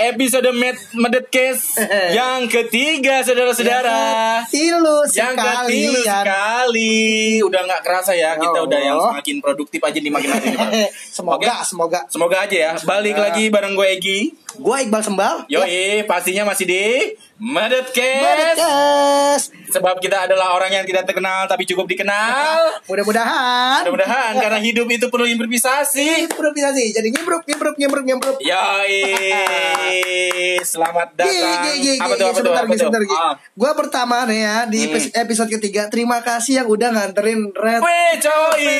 episode Medet Case yang ketiga, saudara-saudara. Yang ketilu sekali. Udah gak kerasa ya, kita udah yang semakin produktif aja nih makin lagi. Semoga aja ya. Balik lagi bareng gue Egi. Gue Iqbal Sembal. Yoi, pastinya masih di Medet Case. Sebab kita adalah orang yang tidak terkenal tapi cukup dikenal. Mudah-mudahan karena hidup itu perlu improvisasi. Jadi nyebruk. Yoi. Selamat datang. Apa tuh? Sebentar. Gue pertama nih ya di episode ketiga. Terima kasih yang udah nganterin Red. Wih, coy.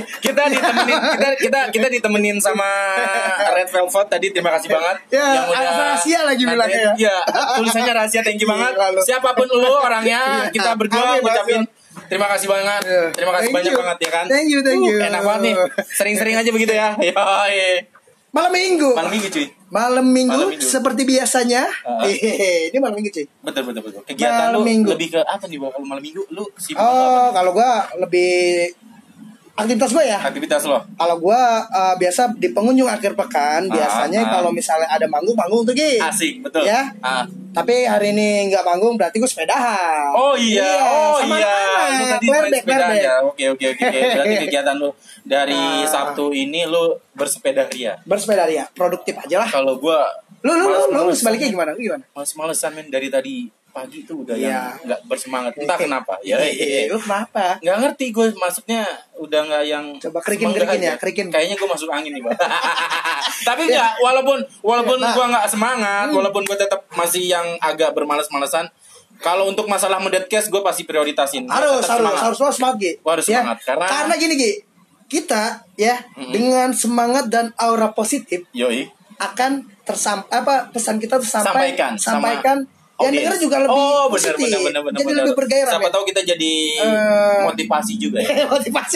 Kita ditemenin sama Red Velvet tadi. Terima kasih banget. Ya, rahasia lagi bilangnya ya. Iya, tulisannya rahasia. Thank you banget. Siapapun lu orangnya, kita berdua ngucapin terima kasih banget. Terima kasih banyak banget ya kan. Thank you. Enak banget nih. Sering-sering aja begitu ya. Yoi. Malam minggu cuy. Malam minggu seperti biasanya. Ini malam minggu cuy. Betul. Kegiatan malam lu minggu. Lebih ke apa nih kalau malam minggu lu sibuk apa? Kalau gua lebih aktivitas gue ya. Aktivitas lo. Kalau gue biasa di pengunjung akhir pekan. Biasanya kalau misalnya ada manggung tuh Gi. Asik, betul. Ya. Tapi hari ini nggak manggung berarti gue sepedahan. Oh iya. Lu tadi main sepeda ya. Oke. Berarti kegiatan lu dari Sabtu ini lu bersepeda ria. Produktif aja lah. Kalau gue lu sebaliknya gimana? Males-malesan men dari tadi pagi tuh udah yang nggak bersemangat, entah kenapa. Lu kenapa? Nggak ngerti gue, maksudnya udah nggak yang. Coba kerikin ya. Kayaknya gue masuk angin nih bang. Tapi nggak, walaupun gue nggak semangat, walaupun gue tetap masih yang agak bermalas-malasan. Kalau untuk masalah Medetcast gue pasti prioritasin. Harus semangat Gi. Harus semangat karena gini Gi, kita ya dengan semangat dan aura positif. Yoi. Akan pesan kita tersampaikan. Yang denger juga lebih positif. Bener. Jadi lebih bergairah. Siapa tahu kita jadi motivasi juga ya. Motivasi.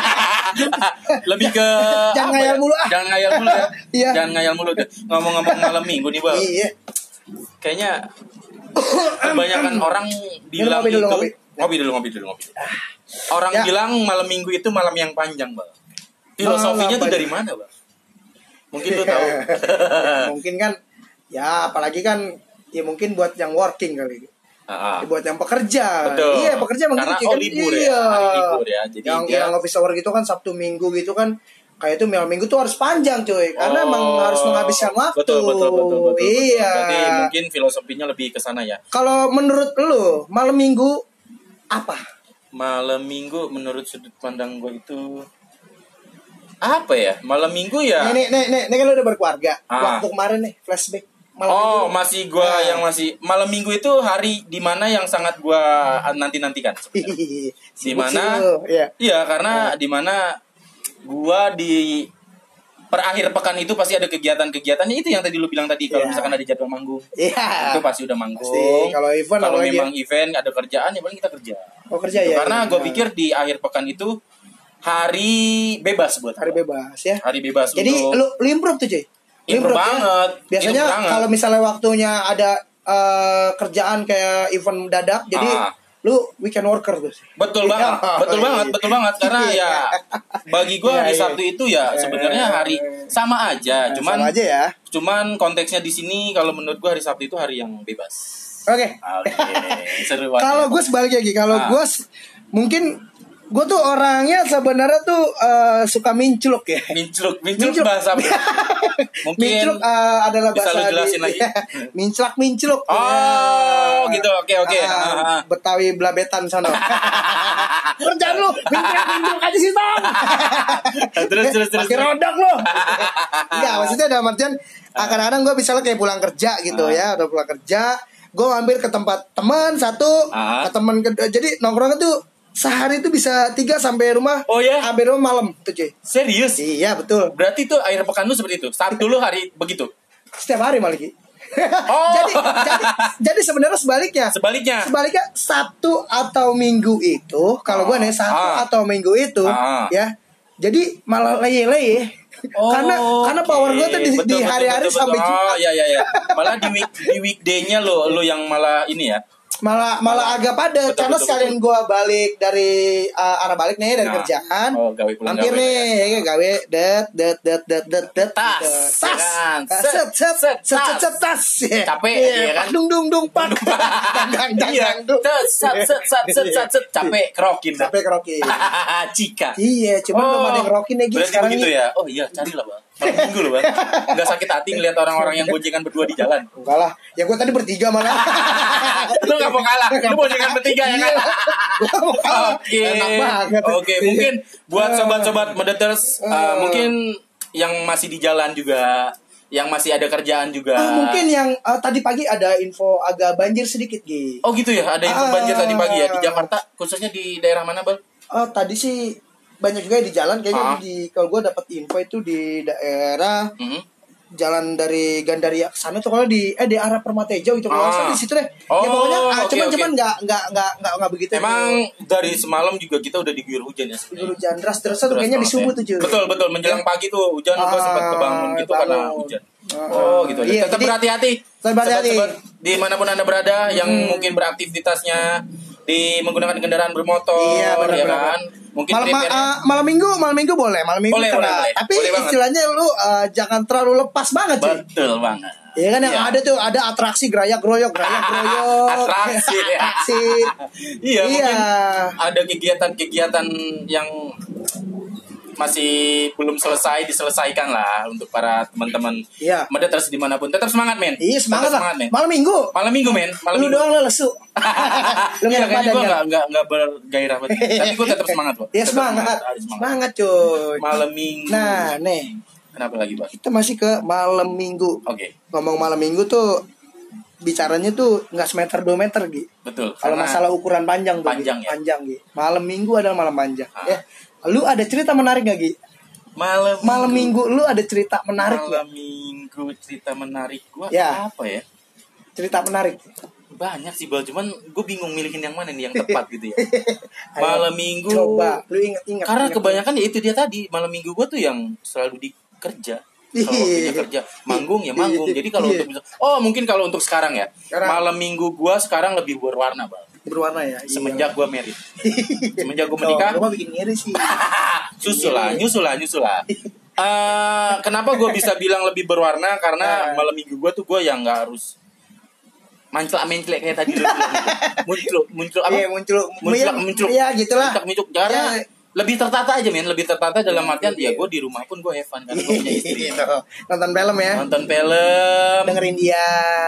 Lebih ke jangan ngayal mulu ya. Jangan ngayal mulu deh. Ngomong-ngomong malam minggu nih bang. Iya. Kayaknya kebanyakan orang bilang ngopi dulu. Orang bilang malam minggu itu malam yang panjang bang. Filosofinya tuh dari mana bang? Mungkin lu tahu. Mungkin kan ya apalagi kan ya mungkin buat yang working kali. Buat yang pekerja. Betul. Iya, pekerja mungkin karena libur ya. Jadi yang office hour gitu kan Sabtu Minggu gitu kan kayak itu malam minggu tuh harus panjang cuy. Karena emang harus menghabiskan waktu. Betul. Iya. Berarti mungkin filosofinya lebih ke sana ya. Kalau menurut lu malam minggu apa? Malam minggu menurut sudut pandang gue itu apa ya? Malam minggu ya. Nih kan lu udah berkeluarga. Waktu kemarin nih flashback. Masih gue yang masih malam minggu itu hari dimana yang sangat gue nantikan. Dimana? Iya karena dimana gue di perakhir pekan itu pasti ada kegiatannya itu yang tadi lu bilang tadi kalau misalkan ada jadwal manggung. Itu pasti udah manggung. Kalau memang event ada kerjaan ya paling kita kerja. Kerja ya. Karena gue pikir di akhir pekan itu hari bebas buat hari bebas ya. Hari bebas. Jadi lu improve tuh cuy. Improve banget. Biasanya kalau misalnya waktunya ada kerjaan kayak event dadak, jadi lu weekend worker tuh. Betul banget. Karena ya bagi gue hari Sabtu itu ya sebenarnya hari sama aja, cuman konteksnya di sini kalau menurut gue hari Sabtu itu hari yang bebas. Oke. Seru banget. Kalau gue sebaliknya lagi, kalau gue mungkin gue tuh orangnya sebenarnya tuh suka mincluk ya. Mincluk bahasa apa? Mungkin mincluk adalah bahasa bisa lu jelasin lagi. Mincluk. Oh, gitu. Oke. Betawi Blabetan sana. Kerjaan lu mincluk aja sih, Bang. Terus. Pakai rodak lu. Enggak, maksudnya dalam artian kadang-kadang gue misalnya kayak pulang kerja gitu ya, udah pulang kerja, gue ngambil ke tempat teman satu, ke teman kedua. Jadi nongkrongnya tuh sehari itu bisa 3 sampai rumah. Oh ya? Sampai rumah malam tuh cuy. Serius? Iya betul. Berarti tuh akhir pekan lu seperti itu. Sabtu lu hari begitu. Setiap hari malah Ki. Oh. jadi sebenarnya sebaliknya Sabtu atau Minggu itu kalau gue nih Sabtu atau Minggu itu ya. Jadi malah leye-leye. Karena power gue tuh di hari-hari sampai Jumat. Iya. Malah di weekday-nya lo yang malah ini ya. malah agak padat karena sekalian gue balik dari arah balik nih dari kerjaan. Gawe pulang hampir nih gawe det tas tas capek ya kan dung pak capek kerokin Cika cuman belum ada yang kerokin lagi sekarang ini ya. Oh iya carilah Bang malam minggu loh Bang. Nggak sakit hati ngeliat orang-orang yang boncengan berdua di jalan. Enggak lah ya gue tadi bertiga malah. Lu gak mau kalah. Lu boncengan bertiga ya kan. Oke mungkin buat sobat-sobat Medeters mungkin yang masih di jalan juga, yang masih ada kerjaan juga. Mungkin yang tadi pagi ada info agak banjir sedikit Gi. Oh gitu ya, ada info banjir tadi pagi ya di Jakarta, khususnya di daerah mana Bang? Tadi sih banyak juga di jalan kayaknya kalau gue dapat info itu di daerah jalan dari Gandaria ke sana tuh kalau di arah Permatejo gitu kalau di situ deh. Ya pokoknya cuman enggak begitu. Emang dari semalam juga kita udah diguyur hujan ya. Diguyur hujan deras tuh kayaknya di subuh tuh cuy. Betul menjelang pagi tuh hujan gua sempat kebangun gitu karena hujan. Gitu. Iya, tetap berhati-hati. Dimanapun Anda berada yang mungkin beraktivitasnya di menggunakan kendaraan bermotor, ya kan? Mungkin malam minggu boleh, boleh. Tapi boleh istilahnya lu jangan terlalu lepas banget sih. Betul banget. Iya kan yang ada tuh ada atraksi gerayak groyok. Atraksi. Iya, mungkin ada kegiatan yang masih belum diselesaikan lah untuk para teman-teman Medeters dimanapun. Tetap semangat men. Iya semangat lah. Men. Malam minggu men. Lu doang lah lesu. Lu kayaknya gue nggak bergairah banget. Tapi gue tetap semangat kok. Iya semangat cuy. Malam minggu. Nah nih. Kenapa lagi Bang? Kita masih ke malam minggu. Oke. Ngomong malam minggu tuh bicaranya tuh nggak semeter 2 meter Gi. Betul. Kalau masalah ukuran panjang ya. Panjang Gi. Malam minggu adalah malam panjang. Lu ada cerita menarik gak Gi? Malam minggu lu ada cerita menarik Malam minggu cerita menarik gua apa ya? Cerita menarik banyak sih Bal, cuman gue bingung milihin yang mana nih yang tepat gitu ya. Malam minggu coba lu ingat karena kebanyakan ya itu dia tadi malam minggu gue tuh yang selalu di kerja. Kalau waktunya kerja manggung ya manggung. Jadi kalau untuk mungkin kalau untuk sekarang ya malam minggu gue sekarang lebih berwarna Bal. Berwarna ya. Semenjak gue married. Semenjak gue menikah. Gue bikin ngiri sih. Nyusul lah. Kenapa gue bisa bilang lebih berwarna? Karena malam minggu gue tuh gue yang nggak harus menclek kayak tadi lu bilang. Muncul apa? Muncul. Iya gitulah. Karena lebih tertata aja men, lebih tertata dalam artian ya gue di rumah pun gue have fun karena gue punya istri. Nonton film ya. Dengerin dia.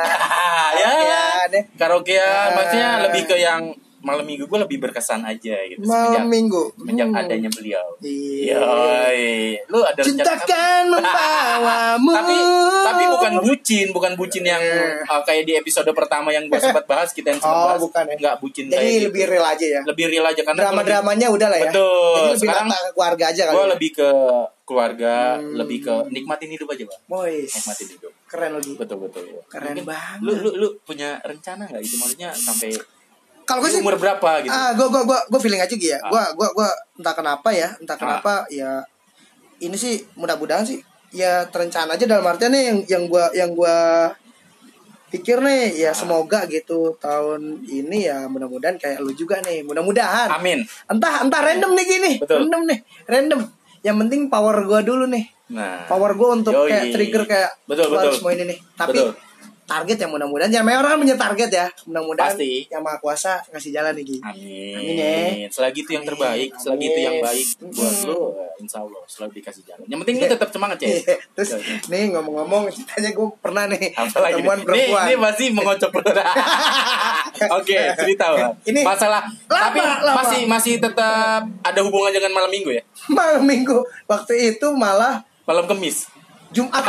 Karaokean maksudnya lebih ke yang malam minggu gue lebih berkesan aja gitu. Malam minggu semenjak adanya beliau. Lu ada cintakan membawamu. Tapi bukan bucin yang kayak di episode pertama yang gue sempat bahas kita yang sempat bahas. Bukan ya. Enggak bucin jadi kayak lebih real aja ya. Lebih real aja karena drama-dramanya udah lah ya. Betul. Jadi lebih sekarang ke keluarga aja kali. Gue lebih ke keluarga, lebih ke nikmatin hidup aja, Bang. Nikmatin hidup. Keren lagi. Betul. Keren mungkin banget. Lu punya rencana enggak itu maksudnya sampai kalau gue sih umur berapa gitu? Gue feeling aja gitu ya. Gue entah kenapa ya ya ini sih mudah-mudahan sih ya terencana aja dalam artian nih yang gue pikir nih ya semoga gitu tahun ini ya mudah-mudahan kayak lu juga nih mudah-mudahan. Amin. Entah random nih gini. Betul. Random. Yang penting power gue dulu nih. Nah, power gue untuk kayak trigger kayak betul. semua ini nih. Tapi target yang mudah-mudahan ya memang orang kan punya target ya mudah-mudahan pasti. Yang Maha Kuasa ngasih jalan nih. Amin ya. Selagi itu yang terbaik, selagi itu yang baik buat lu, insya Allah selalu dikasih jalan. Yang penting lu tetap semangat ya. Terus nih ngomong-ngomong ceritanya gue pernah nih temuan perempuan. Ini pasti mengocok lu. Oke, cerita lah. Ini masalah tapi masih tetap ada hubungan dengan malam minggu ya? Malam minggu waktu itu malah malam Kamis. Jumat.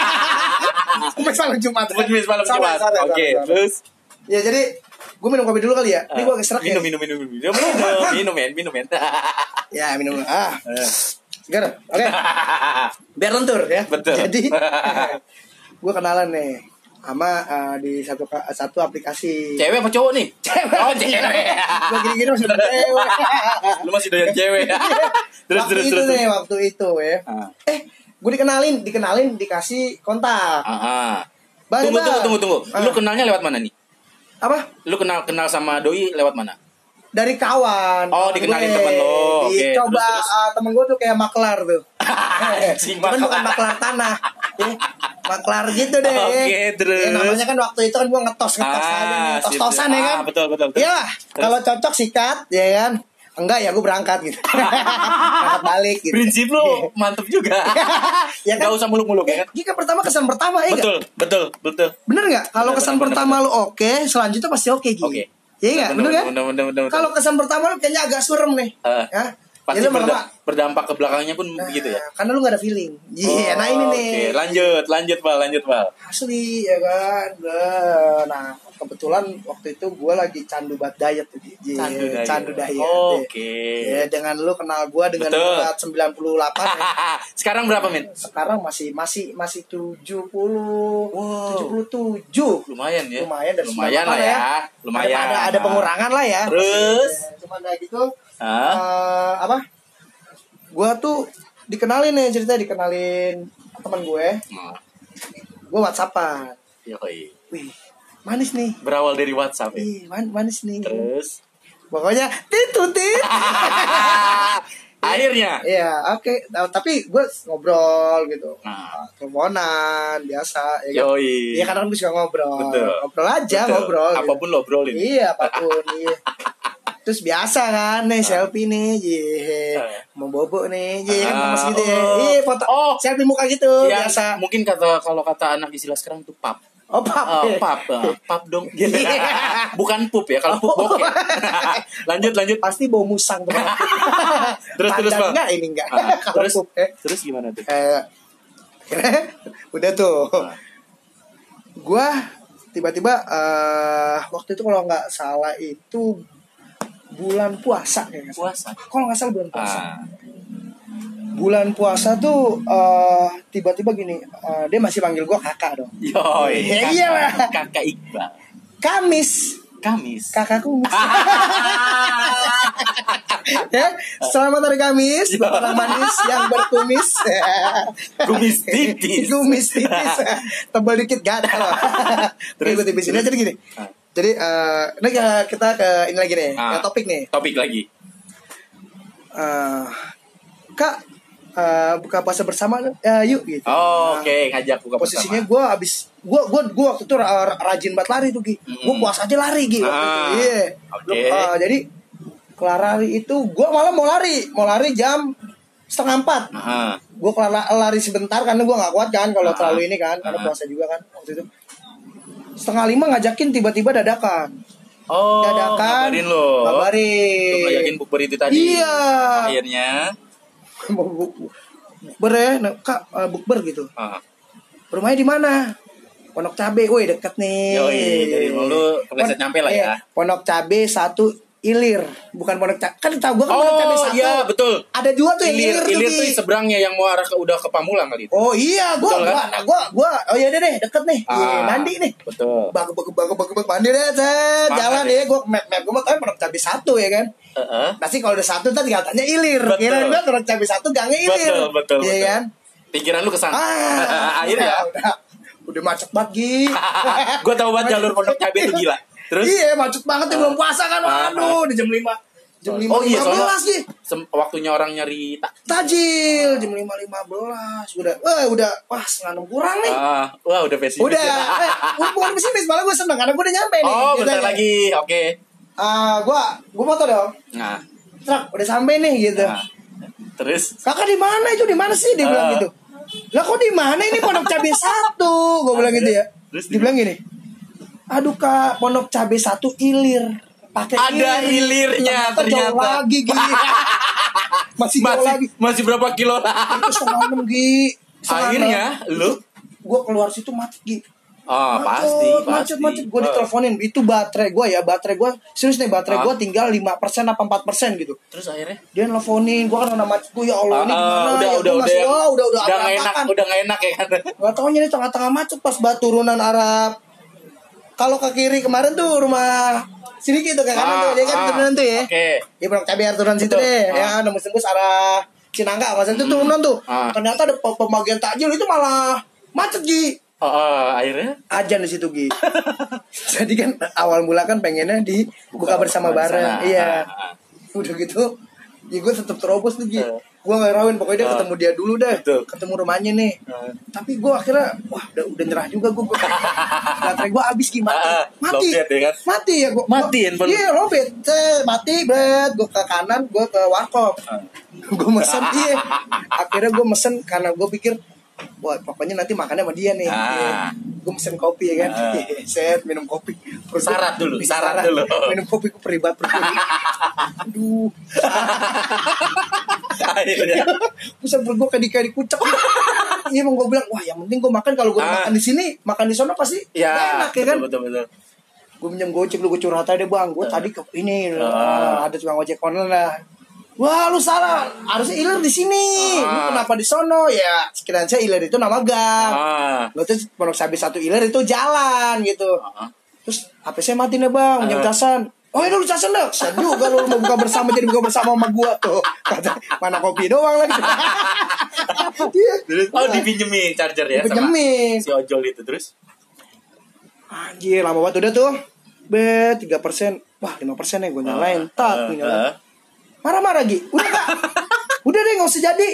Malam Jumat. Oke, terus ya jadi gue minum kopi dulu kali ya. Ini gue agak serak. Minum. Minum. Ya, minum. Segar. Oke. Biar lentur ya. Betul. Jadi gue kenalan nih sama di satu aplikasi. Cewek apa cowok nih? Cewek. Oh, cewek. Gue gini-gini masih cewek. Lu masih doyan cewek. Terus. Waktu itu ya. Gue dikenalin dikasih kontak. Tunggu. Lu kenalnya lewat mana nih? Apa? Lu kenal sama doi lewat mana? Dari kawan. Oh, dikenalin temen lo. Okay. Coba temen gue tuh kayak maklar tuh. Cuman bukan maklar tanah. Maklar gitu deh. Terus. Namanya kan waktu itu kan gue ngetos aja nih. Tos-tosan ya kan. Betul. Iya. Kalau cocok sikat ya kan. Enggak ya gue berangkat gitu. Berangkat balik gitu. Prinsip lo mantep juga. Ya kan? Gak usah muluk-muluk ya kan. Jika pertama kesan pertama ya. Betul. Bener gak? Kalau kesan pertama lo oke, selanjutnya pasti oke gitu. Oke. Iya nggak, bener kan? Bener. Kalau kesan pertama lu kayaknya agak surem nih, ya. Pasti berdampak ke belakangnya pun begitu ya. Karena lu gak ada feeling. Iya, nah ini nih. Lanjut Val. Asli ya kan. Nah, kebetulan waktu itu gue lagi candu buat diet tuh. Candu diet. Oke. Ya, dengan lu kenal gue dengan berat 98 ya. Sekarang berapa, Min? Sekarang masih 70. Wow. 77. Lumayan ya. Lumayan lah ya. Lumayan. Ada pengurangan lah ya. Terus cuma kayak gitu. Apa? Gue tuh dikenalin teman gue. Gue WhatsAppan. Yoi. Wih, manis nih. Berawal dari WhatsApp ya. Ih, manis nih. Terus pokoknya tit. akhirnya. Iya, oke. Tapi gue ngobrol gitu. Teleponan biasa ya kan. Iya, kadang gue suka ngobrol. Betul. Ngobrol aja. Apapun lo obrolin. Iya, apapun. Iya. Terus biasa kan nih selfie nih, mau bobo nih, kan mas gitu ya, foto, selfie muka gitu, ya, biasa. Mungkin kalau kata anak istilah sekarang tuh pap. Oh pap, pap dong. Bukan pup ya, kalau pup bokeh. lanjut. Pasti bau musang tuh. terus Bang. Enggak. Terus gimana tuh? Udah tuh. Gua tiba-tiba waktu itu kalau nggak salah itu bulan puasa kayaknya. Kalau nggak salah bulan puasa. Bulan puasa tuh tiba-tiba gini, dia masih panggil gue kakak dong. Iya lah. Kakak Iqbal. Kamis. Kakak kumis. Ya, selamat hari Kamis buat orang manis yang berkumis. Kumis titis. Tebal dikit gak ada loh. Terus gue tipisin aja gini. Jadi ini kita ke ini lagi nih, ke topik nih. Topik lagi. Kak, buka puasa bersama yuk gitu. Oke, ngajak buka puasa. Posisinya gue waktu itu rajin banget lari tuh Gi. Gue puasa aja lari Gi. Iya. Jadi kelar lari itu gue malah mau lari jam 3:30. Gue kelar lari sebentar karena gue nggak kuat kan kalau terlalu ini kan, karena puasa juga kan waktu itu. 4:30 ngajakin tiba-tiba dadakan. Ngabarin lo. Ngajakin bukber itu tadi. Iya. Akhirnya bukber ya, Kak, bukber gitu. Rumahnya di mana? Pondok Cabe, woi deket nih. Dari lu kepleset nyampe lah ya. Pondok Cabe 1 Ilir, bukan Pondok Cabe. Kan tahu gua kan Pondok Cabe 1. Iya, betul. Ada 2 tuh Ilir tuh seberangnya yang mau arah udah ke Pamulang kali itu. Oh iya, gua oh iya deh deket nih. Mandi nih. Betul. Bagus mandi deh, jalan ya. Gua map gua mau tahu Pondok Cabe 1 ya kan. Nanti kalau udah 1 tadi katanya Ilir. Kira gua Pondok Cabe 1 gangnya Ilir. Betul. Iya kan? Pikiran lu kesana. Akhirnya udah macet banget Gi. Gua tahu banget jalur Pondok Cabe itu gila. Terus? Iya, macet banget ya belum puasa kan. Aduh, di jam 5. Jam 5.15 Gi. Waktunya orang nyari tajil jam 5.15. Udah pas 5:30 kurang nih. Wah, udah pesimis. Udah. Bukan pesimis, malah gue seneng karena gue udah nyampe nih. Bentar lagi. Oke. Gue foto dong. Nah. Truk, udah sampai nih gitu. Terus? Kakak di mana itu? Di mana sih? Dia bilang gitu. Lah kok di mana ini Pondok Cabe 1? Gue bilang gitu ya. Terus dia bilang gini. Aduh Kak, Pondok Cabe 1 Ilir. Ada ilirnya ternyata. Lagi Gi. Masih lagi. Masih berapa kilo lagi? Itu 5:30 Gi. Akhirnya lu gue keluar situ macet Gi. Pasti. Macet. Gue diteleponin. Itu baterai gue ya. Baterai gue serius nih. Baterai gue tinggal 5% apa 4% gitu. Terus akhirnya dia nelfonin. Gue kan udah macet. Gue ya Allah ini gimana. Udah gak enak ya kan. Gak taunya di tengah-tengah macet. Pas turunan arah. Kalau ke kiri kemarin tuh rumah sedikit tuh ke kanan tuh. Dia kan turunan tuh ya. Dia Pondok Cabe turunan situ deh. Ya nembus arah Cinangka. Maksudnya itu turunan tuh. Ternyata ada pembagian takjil itu malah macet Gi. Akhirnya ajan di situ Gi. Jadi kan awal mula kan pengennya buka bersama bareng. Iya. Udah gitu, ya gue tetap terobos tuh Gi. Gue nggak rawin, pokoknya dia ketemu dia dulu deh. Ketemu rumahnya nih. Tapi gue akhirnya, wah udah nyerah juga gue. Baterai gue habis gimana? Mati. Mati ya gue. Matiin. Iya lobet. Mati bret. Gue ke kanan, gue ke warkop. Gue mesen iya. Akhirnya gue mesen karena gue pikir, wah pokoknya nanti makannya sama dia nih. Gue mesen kopi ya kan. Set minum kopi. Syarat dulu. Minum kopi gue peribat. Aduh. Akhirnya pusat perut gue kayak dikucek. Iya emang gue bilang, wah yang penting gue makan, kalau gue makan di sini, makan di sana pasti enak ya kan. Betul. Gue minjem gojek, lu gue curhat aja deh bang. Gue tadi ke ini ada tukang ojek online lah. Wah lu salah, harusnya iler di sini. Lu kenapa di sono? Ya sekiranya saya iler itu nama gang. Lu tuh Pondok Sabi 1 iler itu jalan gitu. Terus HP saya mati nih bang, minjem casan. Oh itu lu casan dah. Saya juga lu mau buka bersama, jadi buka bersama sama gua tuh. Kata mana kopi doang lagi. Dipinjemin charger ya. Dipinjemin. Si ojol itu terus. Anjir lama banget udah tuh. 3%. Wah 5% ya gue nyalain. Nyalain. Marah-marah Gi. Udah deh gak usah jadi.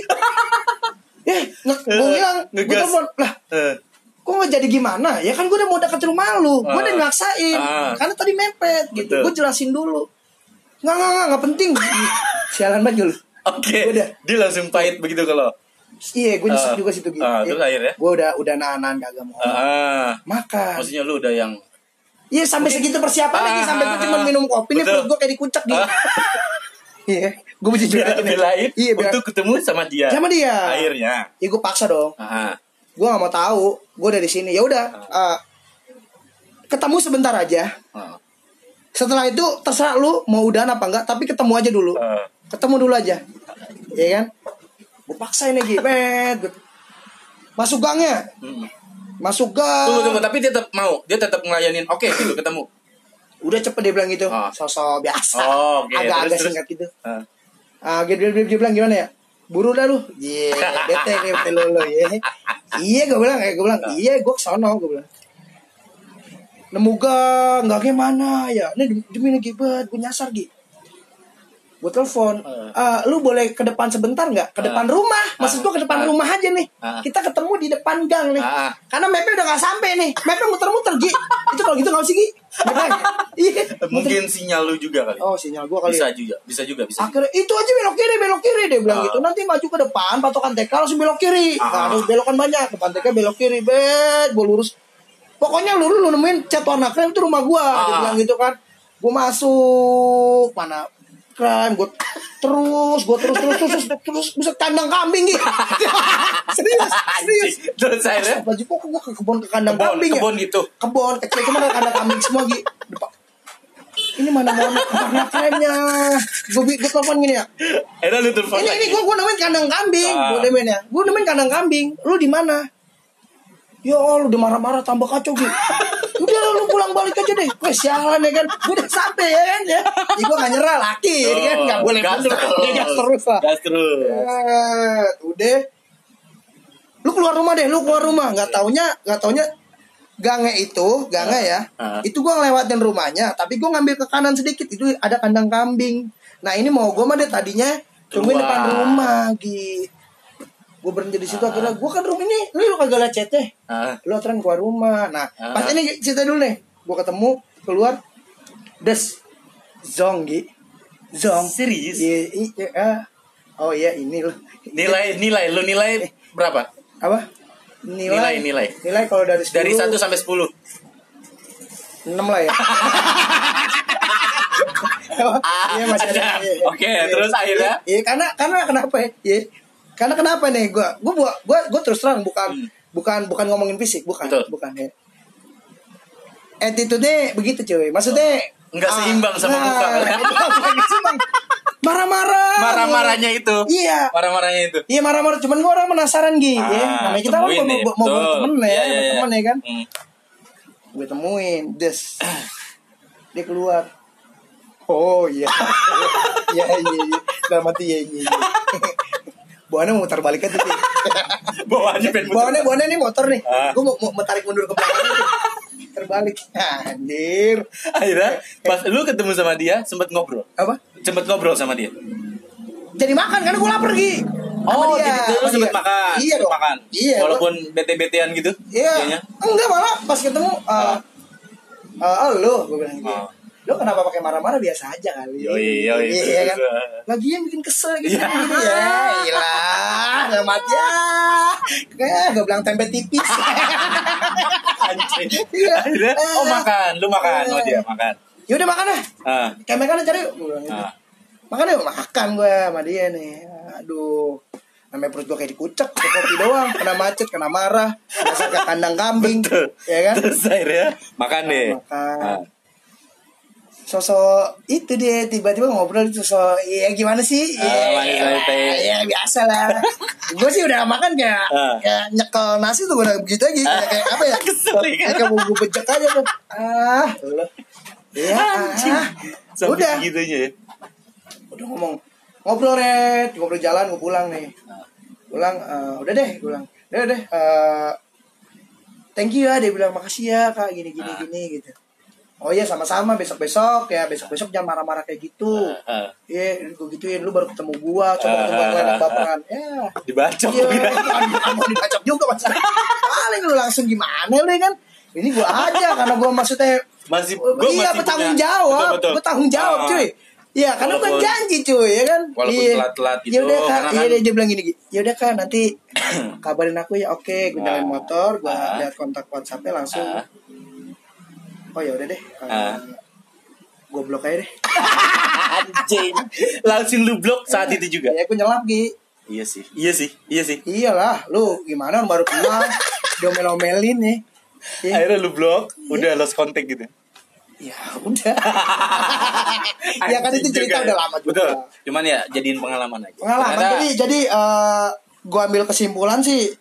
Gue bilang gue telepon lah. Kok gak jadi gimana? Ya kan gue udah mau deket rumah lu. Gue udah ngaksain. Karena tadi mepet gitu. Gue jelasin dulu. Nggak penting. Sialan banget lu. Oke. Dia langsung pahit begitu kalau. Iya gue nyesek juga situ gitu. Terus akhirnya gue udah nahan kagak mau makan. Maksudnya lu udah yang. Iya sampai segitu persiapan lagi. Sampai gue cuma minum kopi nih, perut gue kayak dikucek gitu. Iya, gue bisa belain untuk ketemu sama dia. Akhirnya. Ya gue paksa dong. Gue nggak mau tahu. Gue dari sini. Ya udah. Ketemu sebentar aja. Setelah itu terserah lu mau udahan apa enggak. Tapi ketemu aja dulu. Ketemu dulu aja. Iya kan? Gue paksain lagi. Masuk gangnya. Masuk gang. Tunggu. Tapi dia tetap mau. Dia tetap ngelayanin. Oke, gitu ketemu. Udah cepet dia bilang gitu. Sosok biasa. Agak-agak singkat gitu. Dia bilang gimana ya? Buru dah lu. Bete lu ya. Iya gue bilang. Iya gue kesana gue bilang. Nemu gak gimana ya. Ini demi gibet. Gue nyasar Gi. Gue telepon. Lu boleh ke depan sebentar gak? Ke depan rumah. Maksud gue ke depan rumah aja nih. Kita ketemu di depan gang nih. Karena mapnya udah gak sampai nih. Mapnya muter-muter Gi. Itu kalau gitu gak sih Gi? Iya. Mungkin sinyal lu juga kali. Oh sinyal gue kali. Bisa juga. Akhirnya itu aja belok kiri dia bilang gitu. Nanti maju ke depan patokan TK langsung belok kiri. Harus belokan banyak. Depan TK belok kiri. Gue lurus. Pokoknya lu nemuin cat warna krem itu rumah gue. Dia bilang gitu kan. Gue masuk. Mana krem. Gue terus bisa kandang kambing gitu. serius. Terus akhirnya baju kok gue ke kebun ke kandang kambing kebun ya? Gitu. Kebun kecil cuma ada kandang kambing semua gitu. Ini mana warna kremnya? Gue telepon gini ya. Lu telepon. Ini gue nemuin kandang kambing. Gue nemuin kandang kambing. Lu di mana? Ya lu udah marah-marah tambah kacau gitu. Udah lu pulang balik aja deh. Gue sialan ya kan. Gue udah sampai ya kan ya. Jadi gue gak nyerah laki kan. Gak boleh gas terus lah. Udah. Lu keluar rumah. Gak taunya gangnya ya. Itu gue ngelewatin rumahnya. Tapi gue ngambil ke kanan sedikit. Itu ada kandang kambing. Nah ini mau gue mah deh tadinya tungguin depan rumah gitu. Gue berhenti di situ akhirnya gue kan rumah ini lu kagak liat chatnya. Lu aturan keluar rumah. Nah pas ini cerita dulu nih. Gue ketemu keluar Zong. Serius? Iya. Oh iya ini loh. Nilai lu nilai berapa? Apa? Nilai kalau dari 10, dari 1 sampai 10 6 lah ya. Iya masih ada. Oke, terus akhirnya? Iya karena kenapa ya? Iya. Karena kenapa nih? Gue terus terang bukan ngomongin fisik, bukan ya. Attitude-nya begitu cuy. Maksudnya enggak seimbang sama muka. Marah-marahnya itu. Iya. Marah-marahnya itu. Iya marah-marah. Cuman gue orang penasaran gitu. Namanya kita mau temen ya, temen ya kan. Gue temuin, dia keluar. Oh iya. Iya. Dalam hati iya. bawaannya mau mutar balik aja tuh. Bawaannya nih motor nih. Gue mau tarik mundur ke belakang gitu. Terbalik. Anjir. Akhirnya pas lu ketemu sama dia sempat ngobrol. Apa? Sempat ngobrol sama dia. Jadi makan karena gue lapar Gi. Oh, jadi lu sempat makan. Iya dong. Makan. Iya. Walaupun bete-betean gitu. Iya. Enggak, malah pas ketemu lu gue bilang gitu. Lo kenapa pakai marah-marah, biasa aja kali. Yoi. Iya kan. Lagi yang bikin kesel gitu. Ya, ilah, amat ya. Kayak gue bilang tempe tipis. Anjing. Iya. Oh, makan, lu makan. Oh, dia makan. Ya udah makan lah. Kayak makan cari. Makan ya, makan gue sama dia nih. Aduh. Namanya perut gue kayak dikucek, kopi doang, kena macet, kena marah, dasar ke kandang kambing. Betul. Ya kan? Terus akhirnya makan deh. Makan. Sosok itu dia tiba-tiba ngobrol sosok ya gimana sih ya biasa lah. Gue sih udah makan kayak nyekel nasi tuh udah begitu aja kayak apa ya kayak mau gue pecek aja tuh udah gitunya ya. Udah ngobrol jalan gue pulang nih udah deh gue bilang udah deh thank you ya, dia bilang makasih ya kak gini gitu. Oh iya sama-sama besok jangan marah-marah kayak gitu. Iya, gue gituin lu baru ketemu gua, coba ketemu anak baperan. Ya, dibacok. Iya, kan mau dibacok juga Mas. Paling lu langsung gimana lu kan? Ini gua aja karena gua maksudnya masih bertanggung jawab. Gua tanggung jawab, cuy. Iya, karena gua janji cuy, ya kan? Walaupun telat-telat gitu. Ya udah Kak, iya dia bilang gini. Ya udah Kak, nanti kabarin aku ya. Oke, gua nyalain motor, gua lihat kontak WhatsApp-nya langsung. Oh ya udah deh, gue blok aja deh. Anjing, langsung lu blok saat itu juga. Ya gue nyelap Gi. Iya sih. Iyalah, lu gimana baru keluar, domel-omelin nih. Ya. Akhirnya lu blok, udah lost contact gitu. Ya udah. Ya kan itu cerita udah lama juga. Betul. Cuman ya jadiin pengalaman aja. Jadi gue ambil kesimpulan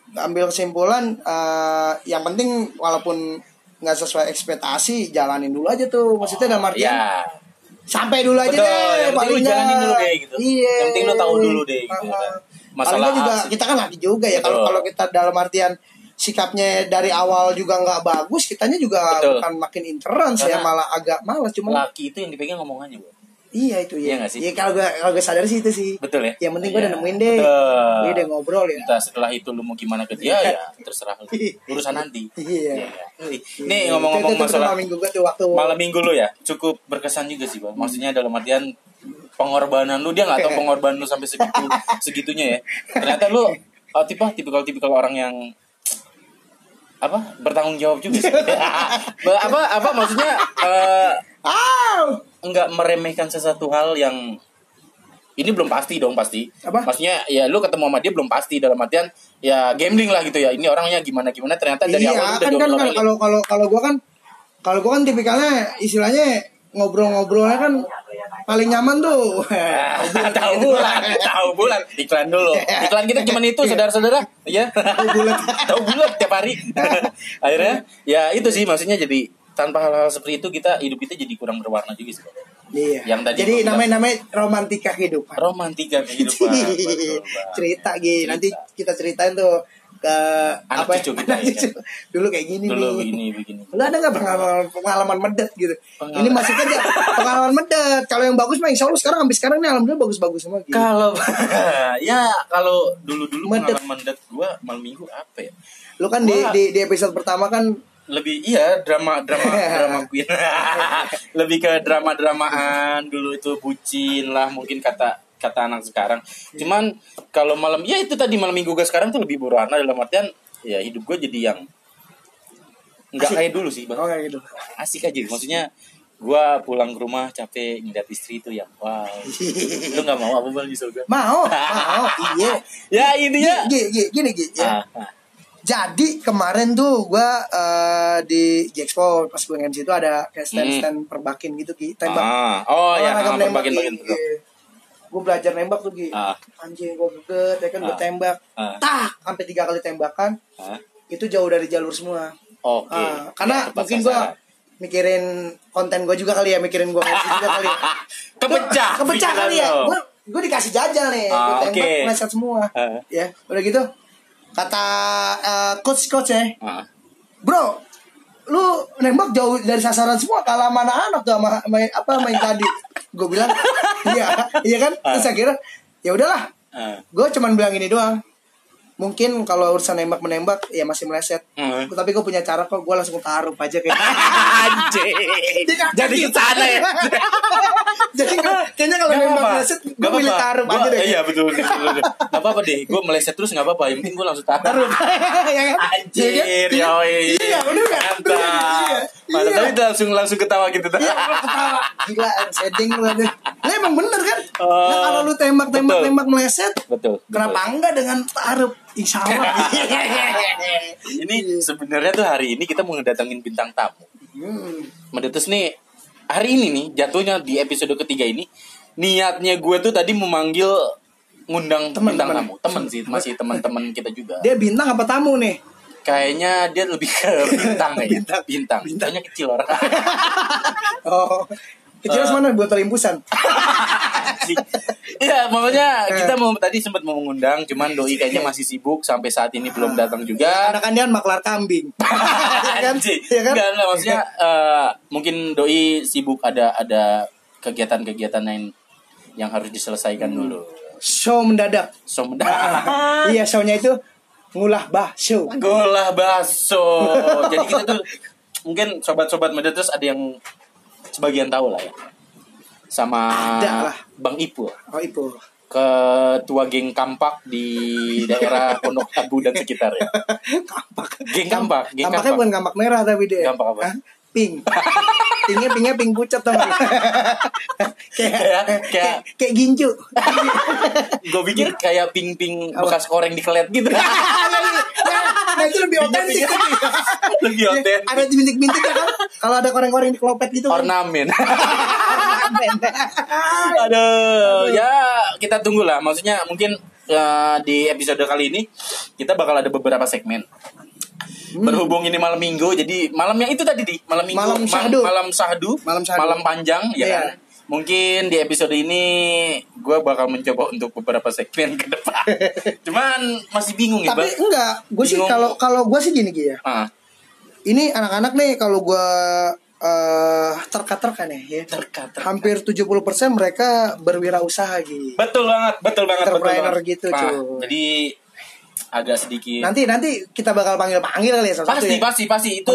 yang penting walaupun nggak sesuai ekspektasi, jalanin dulu aja tuh. Maksudnya dalam artian sampai dulu aja deh. Yang penting lu jalanin dulu deh gitu. Iya. Yang penting lu tahu dulu deh gitu. Masalah juga kita kan lagi juga ya. Kalau kita dalam artian sikapnya dari awal juga nggak bagus, kitanya juga bukan makin interance ya, malah agak malas. Cuma laki itu yang dipegang ngomongannya, Bu. Iya itu ya. Iya, iya kalau gue sadar sih itu sih. Betul ya. Yang penting gue udah nemuin deh. Iya udah ngobrol ya. Entah setelah itu lu mau gimana ke dia ya terserah lu. Urusan nanti. Iya. Nih ngomong-ngomong masalah malam minggu lu ya, cukup berkesan juga sih, Bang. Maksudnya dalam artian pengorbanan lu, dia nggak tahu pengorbanan lu sampai segitunya ya. Ternyata lu tipikal orang yang bertanggung jawab juga sih. Maksudnya enggak meremehkan sesuatu hal yang ini belum pasti. Maksudnya ya lu ketemu sama dia belum pasti, dalam artian ya gambling lah gitu ya. Ini orangnya gimana ternyata dari awal udah kan kalau gua kan tipikalnya istilahnya ngobrol-ngobrolnya kan paling nyaman tuh. Tahu bulan. Iklan dulu. Iklan kita cuma itu, saudara-saudara. Ya. Tahu bulan tiap hari. Akhirnya ya itu sih, maksudnya jadi tanpa hal-hal seperti itu hidup kita jadi kurang berwarna juga sih. Iya. Yang tadi jadi namanya romantika kehidupan. Cerita gitu. Nanti kita ceritain tuh ke anak cucu kita ya. Dulu kayak gini nih. Begini. Lu ada nggak pengalaman medet gitu? Ini masih aja pengalaman medet. Kalau yang bagus mah insya Allah sekarang nih alhamdulillah bagus semua gitu. Kalau dulu pengalaman medet gua malam minggu apa ya? Lu kan di episode pertama kan lebih drama queen. Lebih ke drama-dramaan dulu, itu bucin lah mungkin kata anak sekarang. Cuman kalau malam ya itu tadi malam minggu gue sekarang tuh lebih berwarna, dalam artian ya hidup gue jadi yang nggak kayak dulu sih, Bang. Oh, kayak gitu. Asik aja. Maksudnya gue pulang ke rumah capek ngeliat istri itu yang wow. Lu nggak mau apa Bang di surga? Mau. Iya. Ya intinya gini. Ya. Jadi kemarin tuh gue di Jexpo pas gue MC itu ada kayak stand perbakin gitu tembak. Oh ya, perbakin. Gue belajar nembak tuh anjing gue geget ya kan gue tembak sampai 3 kali tembakan itu jauh dari jalur semua. Karena ya, mungkin gue mikirin konten gue juga kali ya, mikirin gue juga kali ya. kepecah kali ya. gue dikasih jajan nih, gue tembak meleset semua. Ya, udah gitu. Kata coach ya, bro, lu nembak jauh dari sasaran semua, kalah mana anak tuh main tadi. Gue bilang, iya kan? Terus akhirnya, ya udahlah. Gue cuman bilang ini doang. Mungkin kalau urusan nembak-menembak ya masih meleset. Tapi gue punya cara kok, gue langsung taruh aja kayak. Anjing. Jadi ke sana ya. Jadi kayaknya kalau nembak meleset gue pilih taruh aja deh. Iya betul. Enggak apa-apa deh. Gue meleset terus enggak apa-apa. Yang penting gue langsung taruh. Ya kan? Anjir, yoi. Iya, bener enggak? Padahal itu langsung ketawa gitu. Iya, ketawa. Gila, setting lu ada. Nah, emang bener kan? Nah, kalau lu tembak meleset, betul. Kenapa enggak dengan taruh? Insya Allah. Ini sebenarnya tuh hari ini kita mau ngedatengin bintang tamu. Mendetes nih hari ini nih jatuhnya di episode ketiga ini niatnya gue tuh tadi memanggil ngundang bintang tamu. Temen sih, masih teman-teman kita juga. Dia bintang apa tamu nih? Kayaknya dia lebih ke bintang ya. Bintang. Bintangnya kecil orang. Oh. Kecil mana buat terimpusan. Iya, makanya kita tadi sempat mau mengundang, cuman Doi kayaknya masih sibuk sampai saat ini belum datang juga. Karena kan dia maklar kambing. Ya kan? Enggak, maksudnya mungkin Doi sibuk ada kegiatan-kegiatan lain yang harus diselesaikan dulu. Show mendadak. Iya, show-nya itu ngulah bakso. Jadi kita tuh mungkin sobat-sobat media terus ada yang sebagian tahu lah ya. Sama Bang Ipul. Oh, Ipul. Ketua geng Kampak di daerah Pondok Labu dan sekitar ya. Kampak. Geng Kampak. Kampaknya bukan kampak merah tapi dia. Kampak apa? Pink. Pinknya pink pucat tuh. kayak gincu. Gue pikir kayak pink bekas koreng dikelet gitu. Nah itu lebih otentik. Lebih otentik. Ada bintik-bintik kan? Kalau ada koreng-koreng dikelopet gitu. Ornamen. Aduh, ya kita tunggu lah. Maksudnya mungkin di episode kali ini kita bakal ada beberapa segmen. Berhubung ini malam minggu, jadi malamnya itu tadi malam minggu, malam sahdu, malam panjang, ya kan? Mungkin di episode ini gue bakal mencoba untuk beberapa segmen ke depan. Cuman masih bingung ya. Tapi enggak, gue sih kalau gue sih gini ya. Ini anak-anak nih kalau gue terka-terka nih ya. Hampir 70% mereka berwirausaha gitu. Betul banget. Entrepreneur gitu, cuy. Jadi agak sedikit. Nanti kita bakal panggil kali ya. Pasti itu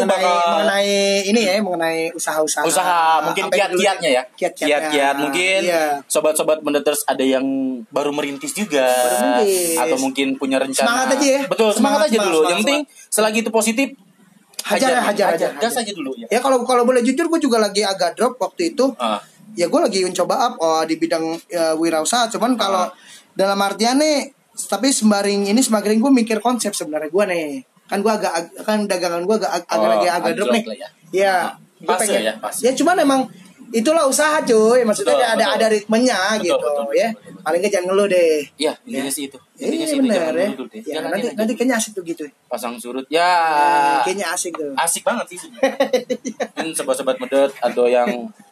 mengenai usaha-usaha. Mungkin kiat-kiatnya ya. Kiat-kiat mungkin. Iya. Sobat-sobat Mendetes ada yang baru merintis juga. Atau mungkin punya rencana. Semangat aja ya. Betul, semangat aja dulu. Yang penting selagi itu positif hajar. Gas aja dulu ya. Ya kalau boleh jujur gue juga lagi agak drop waktu itu. Ya gue lagi mencoba di bidang wirausaha. Cuman kalau dalam artian nih, tapi sembari gue mikir konsep sebenarnya gue nih. Kan gue kan dagangan gue agak drop nih. Ya. Pas. Ya cuman emang itulah usaha cuy. Maksudnya ada ritmenya gitu ya. Paling gak jangan ngeluh deh. Iya, intinya sih itu. Benar ya. Ya nanti kayaknya asik tuh gitu. Pasang surut ya. Kayaknya asik tuh. Asik banget sih sebenarnya. Dan sobat-sobat medet atau yang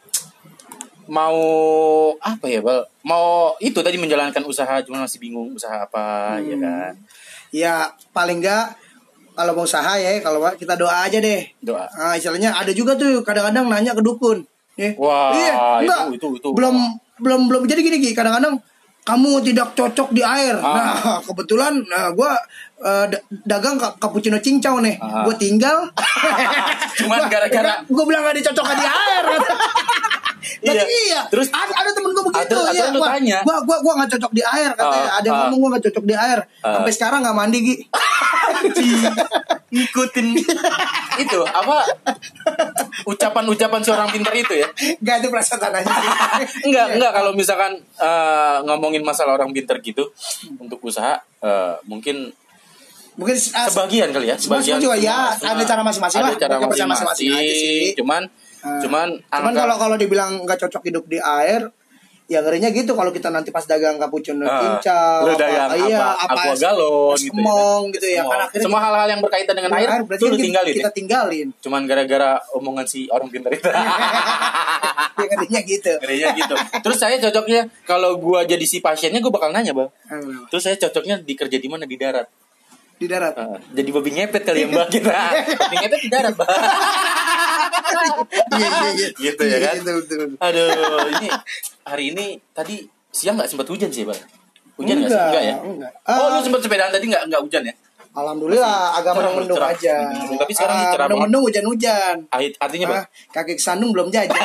mau apa ya, Bal? Mau itu tadi menjalankan usaha cuma masih bingung usaha apa, ya kan? Ya, paling enggak kalau mau usaha ya, kalau kita doa aja deh. Doa. Nah, istilahnya ada juga tuh kadang-kadang nanya ke dukun. Wah, itu. Belum jadi gini kadang-kadang kamu tidak cocok di air. Nah, kebetulan gue dagang cappuccino cincau nih. Gue tinggal. Cuman gara-gara gue bilang gak dicocokkan di air. Iya. Terus ada temen gue begitu. Ada lu tanya. Gue gak cocok di air katanya. Ada yang ngomong gue gak cocok di air. Sampai sekarang gak mandi Gi. Ngikutin itu apa ucapan seorang pintar itu ya. Gak itu perasaan aja. Enggak kalau misalkan ngomongin masalah orang pintar gitu untuk usaha mungkin sebagian kali ya. Sebagian juga ya. Ada cara masing-masing lah. Ada cara masing-masing aja sih. Cuman kalau dibilang nggak cocok hidup di air, ya ngerinya gitu kalau kita nanti pas dagang cappuccino cincau, aqua galon gitu ya. Kan akhirnya semua hal-hal yang berkaitan dengan air itu lu tinggalin. Kita tinggalin. Cuman gara-gara omongan si orang pintar itu. Ya ngerinya gitu. Ngerinya gitu. Terus saya cocoknya kalau gue jadi si pasiennya gue bakal nanya bang. Terus saya cocoknya dikerja di mana, di darat. Di darat. Jadi babi ngepet kali ya mbak kita. Babi ngepet di darat bang. Iya. Gitu ya kan. Betul. Aduh, ini hari ini tadi siang nggak sempat hujan sih bang. Hujan nggak sih? Enggak ya. Enggak. Oh lu sempat sepedaan tadi nggak hujan ya? Alhamdulillah agak mendung aja. Tapi sekarang cerah banget. Mendung hujan-hujan. Artinya bang? Kaki kesandung belum jajan.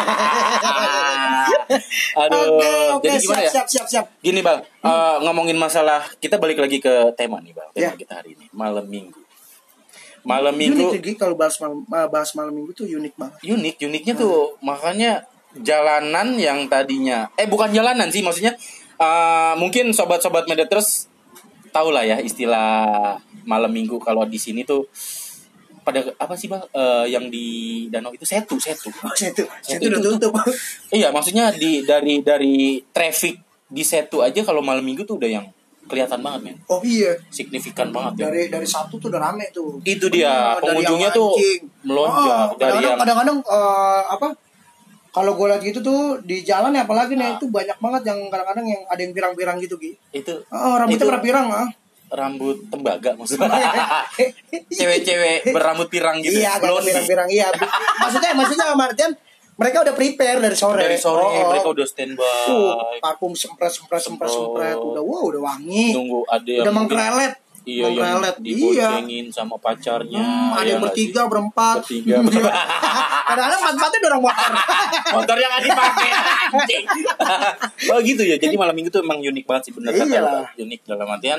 Aduh. Oke, Jadi gimana siap. Gini bang, ngomongin masalah, kita balik lagi ke tema nih bang. Tema kita hari ini malam minggu. Malam minggu. Unik lagi kalau bahas malam minggu tuh unik banget. Uniknya tuh makanya jalanan yang tadinya bukan jalanan sih, maksudnya mungkin sobat-sobat Medaters tahu lah ya istilah malam minggu. Kalau di sini tuh pada apa sih bang, yang di danau itu setu udah tutup. Iya, maksudnya dari traffic di setu aja kalau malam minggu tuh udah yang kelihatan banget men. Oh iya, signifikan banget ya. Dari Sabtu tuh udah rame tuh. Itu dia pengunjungnya tuh melonjak. Kadang-kadang kalau gue lihat gitu tuh di jalan ya, apalagi nih itu banyak banget yang kadang-kadang yang ada yang pirang-pirang gitu Gi. Itu rambutnya pirang-pirang rambut tembaga maksudnya. Cewek-cewek berambut pirang gitu. Iya, pirang-pirang iya. maksudnya Martian mereka udah prepare dari sore. Mereka udah standby. Parfum sempret udah wangi. Nunggu ada yang udah mengkrelet. Iya, yang diboncengin sama pacarnya. Ada yang bertiga, berempat. Kadang-kadang empat-empatnya dorong motor. Motor yang nggak dipakai. Oh gitu ya. Jadi malam minggu tuh emang unik banget sih, bener kan? Unik dalam artian.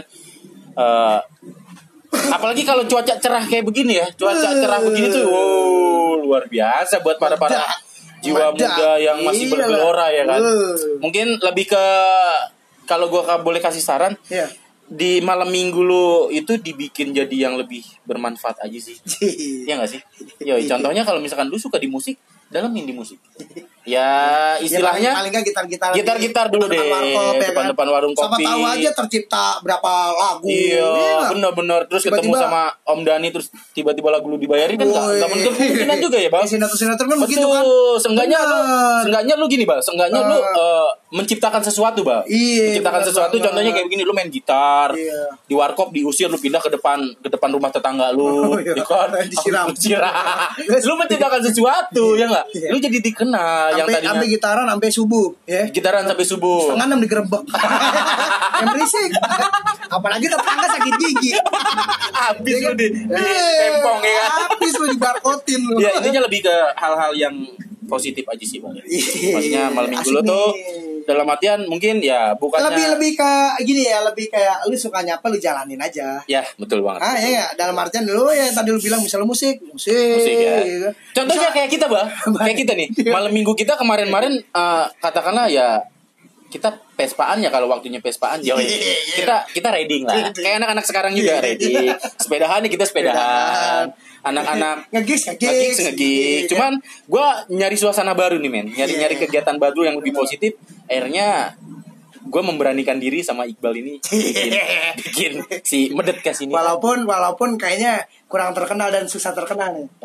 Apalagi kalau cuaca cerah kayak begini ya. Cuaca cerah begini tuh, luar biasa buat para jiwa muda yang masih bergelora ya kan. Mungkin lebih ke, kalau gue boleh kasih saran. Di malam minggu lu itu dibikin jadi yang lebih bermanfaat aja sih. Iya gak sih? Contohnya kalau misalkan lu suka di musik, dalamin di musik. Ya istilahnya paling gak gitar dulu deh depan warung kopi. Sama tahu aja tercipta berapa lagu. Iya, benar-benar. Terus ketemu sama Om Dani, terus tiba-tiba lagu lu dibayarin kan gak menutup kemungkinan juga ya bang. Sinetron kan begitu kan. Seenggaknya lu gini bang, seenggaknya lu menciptakan sesuatu bang. Menciptakan sesuatu, contohnya kayak begini, lu main gitar di warkop, diusir, lu pindah ke depan rumah tetangga lu, disiram. Lu menciptakan sesuatu ya nggak? Lu jadi dikenal. Yang tadinya sampai gitaran sampai subuh ya. Gitaran sampai subuh. 5:30 digerebek. Yang berisik. Apalagi tetangga sakit gigi. Habis lu di tempong ya kan. Habis lu dibarkotin lu. Ya intinya lebih ke hal-hal yang positif aja sih bang. Maksudnya malam minggu lu tuh dalam artian mungkin ya bukannya lebih ke gini ya, lebih kayak lu sukanya apa lu jalanin aja. Ya betul banget. Ya dalam artian dulu ya tadi lu bilang misalnya musik ya. Gitu. Contohnya kayak kita bang, kayak kita nih malam minggu kita kemarin katakanlah ya kita pespaan ya, kalau waktunya pespaan kita riding lah. Kayak anak-anak sekarang juga riding. Sepedahan nih kita sepedahan. Anak-anak ngegigs. Cuman gue nyari suasana baru nih men. Nyari kegiatan baru yang lebih positif. Akhirnya gue memberanikan diri sama Iqbal ini bikin si Medetcast ini. Walaupun kayaknya kurang terkenal dan susah terkenal nih.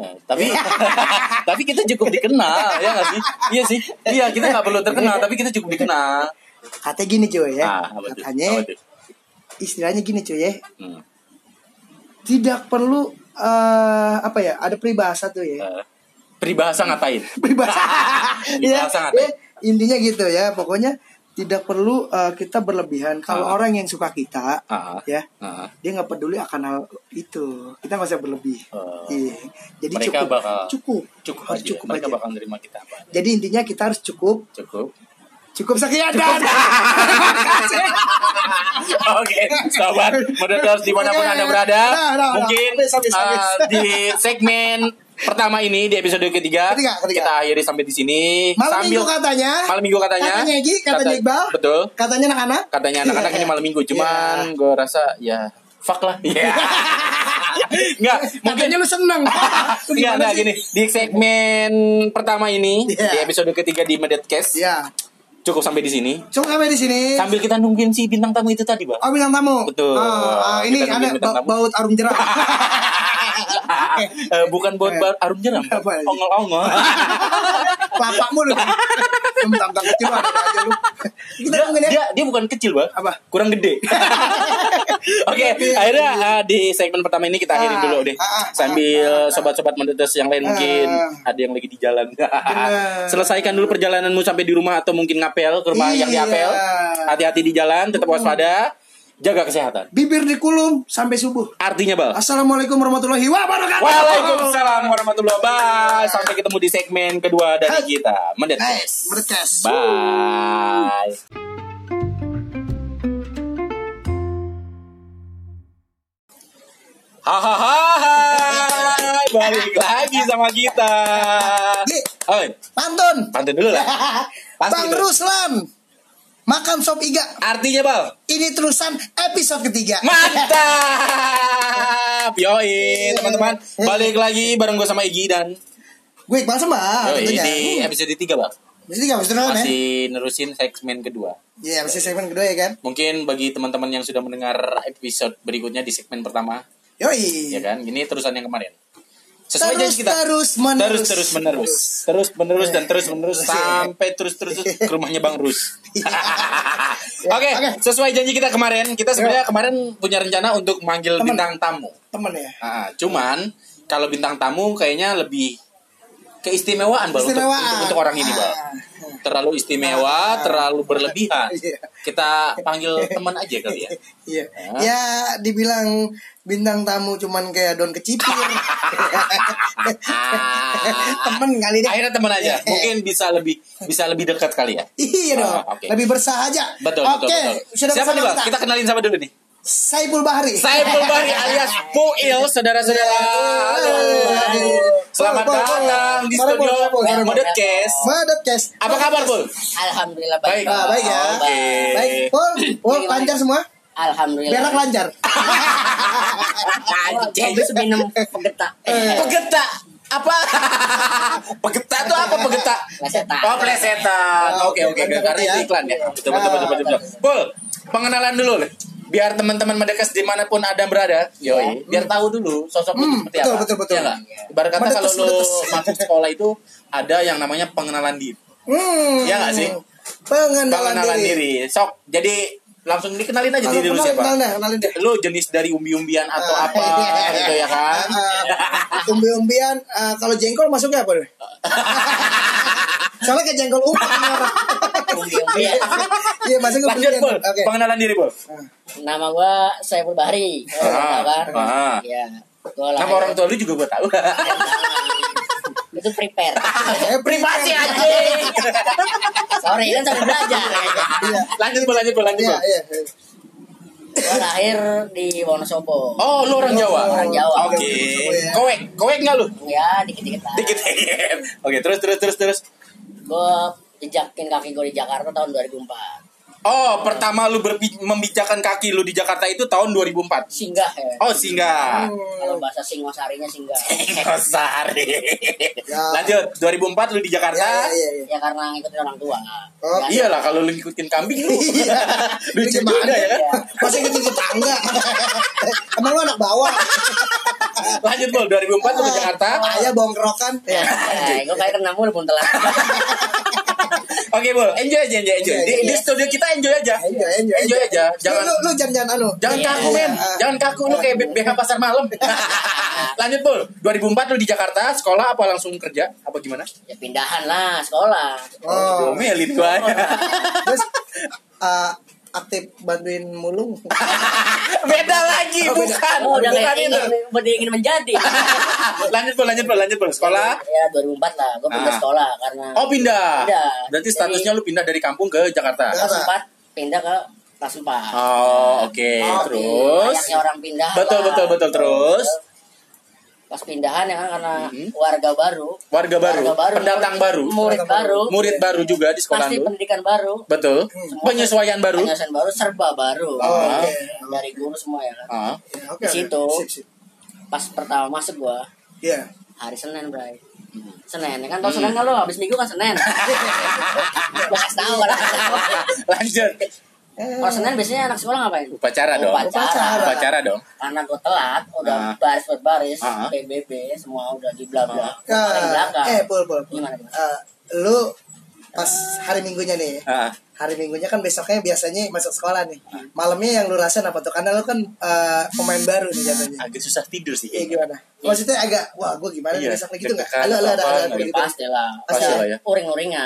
Tapi kita cukup dikenal ya nggak sih? Iya sih. Iya, kita nggak perlu terkenal tapi kita cukup dikenal. Katanya gini cuy ya. Katanya istilahnya gini cuy ya. Tidak perlu ada peribahasa tuh ya. Peribahasa ngapain? Peribahasa ngapain? Intinya gitu ya. Pokoknya tidak perlu kita berlebihan. Kalau orang yang suka kita, dia nggak peduli akan hal itu. Kita nggak usah berlebih. Jadi mereka cukup mereka aja. bakal nerima kita apa. Jadi intinya kita harus cukup sekian dan Oke, sobat Medaters dimanapun Anda berada, mungkin di segmen pertama ini di episode ketiga kita akhiri sampai di sini. Malam minggu katanya katanya Iqbal, betul, katanya anak-anak ini malam minggu, cuman gue rasa ya fuck lah. Nggak, makanya lu seneng. Nggak gini, di segmen pertama ini di episode ketiga di Medatcast cukup sampai di sini. Sambil kita nungguin si bintang tamu itu tadi, Bang. Oh, bintang tamu. Betul. Ini ada baut arum jeram. Bukan baut arum jeram. Ongol-ongol. bapak mulu. Mentang-mentang kecil ada aja lu. Dia bukan kecil, Bang. Apa? Kurang gede. Oke, akhirnya di segmen pertama ini kita akhirin dulu deh. Sambil sobat-sobat mendetes yang lain mungkin ada yang lagi di jalan. Selesaikan dulu perjalananmu sampai di rumah atau mungkin ngapel ke rumah yang diapel. Hati-hati di jalan, tetap waspada. Jaga kesehatan. Bibir dikulum sampai subuh. Artinya, Bal. Assalamualaikum warahmatullahi wabarakatuh. Waalaikumsalam warahmatullahi wabarakatuh. Sampai ketemu di segmen kedua dari kita. Mendetes. Bye. Hahaha. Balik lagi sama kita. Oi. Pantun dulu lah. Bang Ruslan makan sop iga. Artinya, Bal? Ini terusan episode ketiga. Mantap. Yoi, teman-teman. Balik lagi bareng gue sama Igi dan gue Iqbal Sembah. Ini episode 3, Bal. Masih nerusin segmen kedua. Iya, masih segmen kedua ya kan. Mungkin bagi teman-teman yang sudah mendengar episode berikutnya di segmen pertama. Yoi. Ya kan? Ini terusan yang kemarin. Sesuai janji kita. Terus menerus sampai terus ke rumahnya Bang Rus. Oke, sesuai janji kita kemarin, kita sebenarnya kemarin punya rencana untuk manggil bintang tamu. Temen ya. Cuman kalau bintang tamu kayaknya lebih keistimewaan Bang untuk orang ini, Bang. Terlalu istimewa, terlalu berlebihan. Kita panggil teman aja kali ya. Iya. Ya dibilang bintang tamu cuman kayak daun kecipir. Temen kali deh. Akhirnya teman aja. Mungkin bisa lebih dekat kali ya. Iya dong. Lebih bersahaja. Betul. Siapa nih, Bang? Kita kenalin sama dulu nih. Saiful Bahri alias Puil, saudara-saudara. Selamat datang di studio Modetcast. Apa kabar, Pul? Alhamdulillah baik. Baik ya. Baik. Pul, lancar semua? Alhamdulillah. Berak lancar. Habis minum pegeta. Pegeta. Apa? Pegeta itu apa pegeta? Plesetan. Oh, plesetan. Oke. Karena itu iklan ya. Betul. Pul, pengenalan dulu nih. Biar teman-teman Modetcast dimanapun ada berada, biar tahu dulu sosok lu seperti apa. Betul. Ya, ibarat kata kalau lu masuk sekolah itu ada yang namanya pengenalan diri. Ya nggak sih? Pengenalan diri. Sok, jadi langsung dikenalin aja diri lu siapa. Kenalin deh. Lu jenis dari umbi-umbian atau apa gitu ya kan? Umbi-umbian, kalau jengkol masuknya apa deh? Soalnya kayak jengkol umbi. Iya, masuk lanjut, Bol. Okay. Pengenalan diri, Bol. Nama gua Saiful Bahri. Iya. Nama orang tua lu juga gua tahu. Itu prepare. Privasi aja. Sorry kan sambil belajar. Lanjut, Bol. Iya. Gua lahir di Wonosobo. Oh, lu orang Jawa. Orang Jawa. Oke. Koek enggak lu? Ya, dikit-dikit lah. Dikit-dikit. Oke, terus. Gua jejakin kaki gue di Jakarta tahun 2004. Oh, pertama lu membijakkan kaki lu di Jakarta itu tahun 2004. Singgah ya. Oh, singgah. Kalau bahasa Singosarinya singgah. Singosari. Lanjut, 2004 lu di Jakarta. Ya karena ngikutin orang tua. Oh, iyalah kalau lu ngikutin kambing lu. Lu juga ya kan? Masih ngikutin tetangga. Emang lu anak bawah. Lanjut, Bol. 2004 lu di Jakarta. Ayah bongkrokan. Gue kayak kena mulu pun telat. Oke, Bol. Enjoy aja. Di studio kita enjoy aja. Jangan lu jangan kaku, men. Jangan kaku lu kayak BH pasar malam. Lanjut, Bol. 2004 lu di Jakarta, sekolah apa langsung kerja? Apa gimana? Ya pindahan lah sekolah. Oh, melin gua. Terus aktif bantuin mulung. Beda lagi, bukan. Udah ingin menjadi. Lanjut, Bol. Sekolah? Ya 2004 lah, gue pindah sekolah karena. Oh, pindah. Berarti statusnya lu pindah dari kampung ke Jakarta. Kelas 4 pindah ke kelas 4. Oh, oke. Terus? Kayaknya orang pindah. Betul. Terus? Pas pindahan ya kan karena warga baru, pendatang baru, murid baru juga di sekolah pasti lu. Pendidikan baru, betul, penyesuaian baru, serba baru, dari guru semua ya kan. Di situ pas pertama masuk gua, hari Senin, Bray. Senin, kan tau Senin kan lo habis minggu kan Senin. Gua kasih tahu lah. Lanjut. Kalau Senin biasanya anak sekolah ngapain? Upacara dong. Karena gue telat, udah baris per baris, PBB semua udah di bla bla. Pul. Gimana? lu pas hari Minggunya nih. Hari Minggunya kan besoknya biasanya masuk sekolah nih. Malamnya yang lu rasain apa tuh? Karena lu kan pemain baru nih jatuhnya. Agak susah tidur sih. Iya gimana? Maksudnya agak, wah gue gimana nih besoknya gitu nggak? Ada gitu. Pasti lah. Ya. Uring-uringan.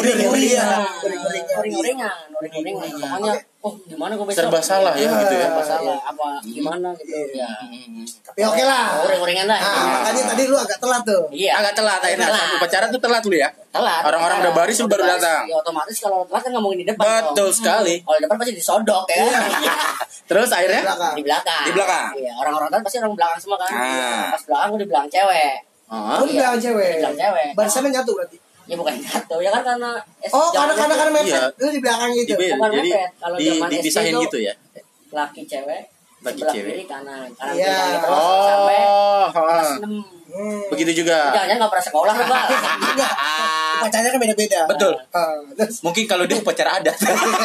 Pokoknya, gimana gue besok? Serba salah ya gitu ya. Serba salah. Apa gimana gitu ya. Tapi oke lah. Uring-uringan lah. Makanya tadi lu agak telat tuh. Iya. Agak telat akhirnya. Upacara tuh telat dulu ya. Telat. Orang-orang udah baris baru datang. Ya otomatis kalau telat kan ngomongin di depan. Betul sekali. Kalau di depan pasti disodok ya. Terus akhirnya di belakang. Iya, orang-orang kan pasti orang belakang semua kan. Pas belakang gue di belakang cewek. Di belakang cewek. Di belakang cewek. Barisannya nyatu berarti. Ya bukan nyatu, ya kan karena karena mepet. Lu di belakang gitu. Bukan mepet. Kalau zaman SD dipisahin itu gitu ya. Laki cewek, sebelah kiri kanan kiri sampai kelas 6. Begitu juga. Jangan nggak pernah sekolah Bang. Upacaranya kan beda-beda. Betul. Mungkin kalau dia upacara adat.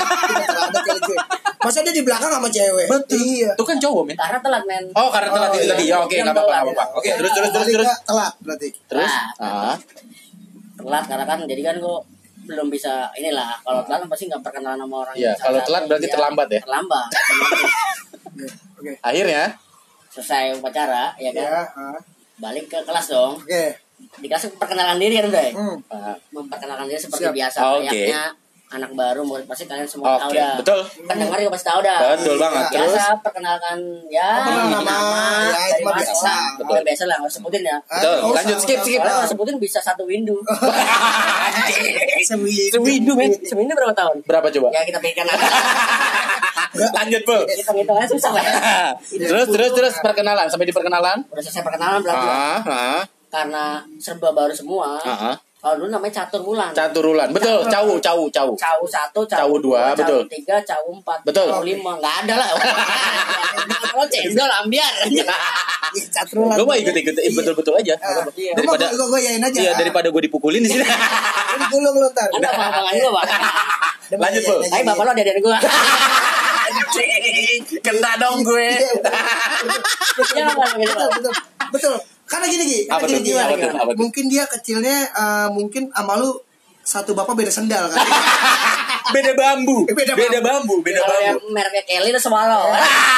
Masa dia di belakang sama cewek? Betul. Iya. Itu kan cowok, men. Karena telat, men. Oh, karena telat itu tadi. Ya, oke, enggak apa-apa. Oke, terus. Telat berarti. Terus? Telat karena kan jadi kan gue belum bisa inilah. Kalau telat pasti nggak perkenalan sama orang. Iya, kalau telat berarti terlambat ya. Terlambat. Oke. Akhirnya selesai upacara, ya kan? Balik ke kelas dong. Oke. Di kelas perkenalan diri kan, Bray. Memperkenalkan diri seperti biasa kayaknya. Anak baru murid pasti kalian semua tahu dah. Betul. Pendengar juga pasti tahu dah. Betul banget. Biasa perkenalkan nama. Ya, itu biasa. Betul biasa lah, nggak sebutin ya. Betul. Lanjut skip. Kalau sebutin bisa satu windu. Sewindu, men. Sewindu berapa tahun? Berapa coba? Ya kita pikirkan. Lanjut, Bu. Hitung-hitungannya susah lah. Terus perkenalan, sampai di perkenalan. Udah selesai perkenalan berarti. Karena serba baru semua. Kalau dulu namanya catur bulan. Betul. Cawu 1, cawu 2, betul. Cawu 3, cawu 4, betul. Cawu 5, enggak ada lah. Kalau cendol ambiar. Caturulan. Gue mah ikut betul-betul aja. Daripada gue yain aja. Iya, daripada gue dipukulin di sini. Gulung lu ntar. Ada apa-apaan gue, Bang. Lanjut, Bu. Tapi bapak lo ada gue. Kena dong gue. Betul. Karena gini. Mungkin dia kecilnya mungkin sama lu satu bapak beda sendal kan. Beda bambu. Kalau yang mereknya Kelly itu Swallow.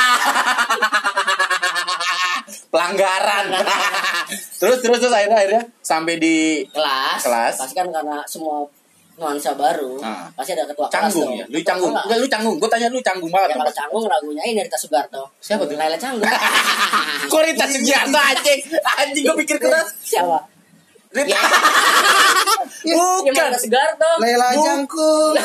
Pelanggaran. terus akhirnya sampai di kelas. Pasti kan karena semua nuansa baru, pasti ada ketua kelas dong. Ya? Lu canggung. Enggak, lu canggung. Gue tanya lu canggung banget. Ya kalau canggung lagunya ini Rita Sugarto. Siapa tuh? Laila Canggung. Kok Rita Sugarto anjing? Anjing gue pikir keras. Siapa? Rita. Bukan Rita Sugarto. Laila Canggung.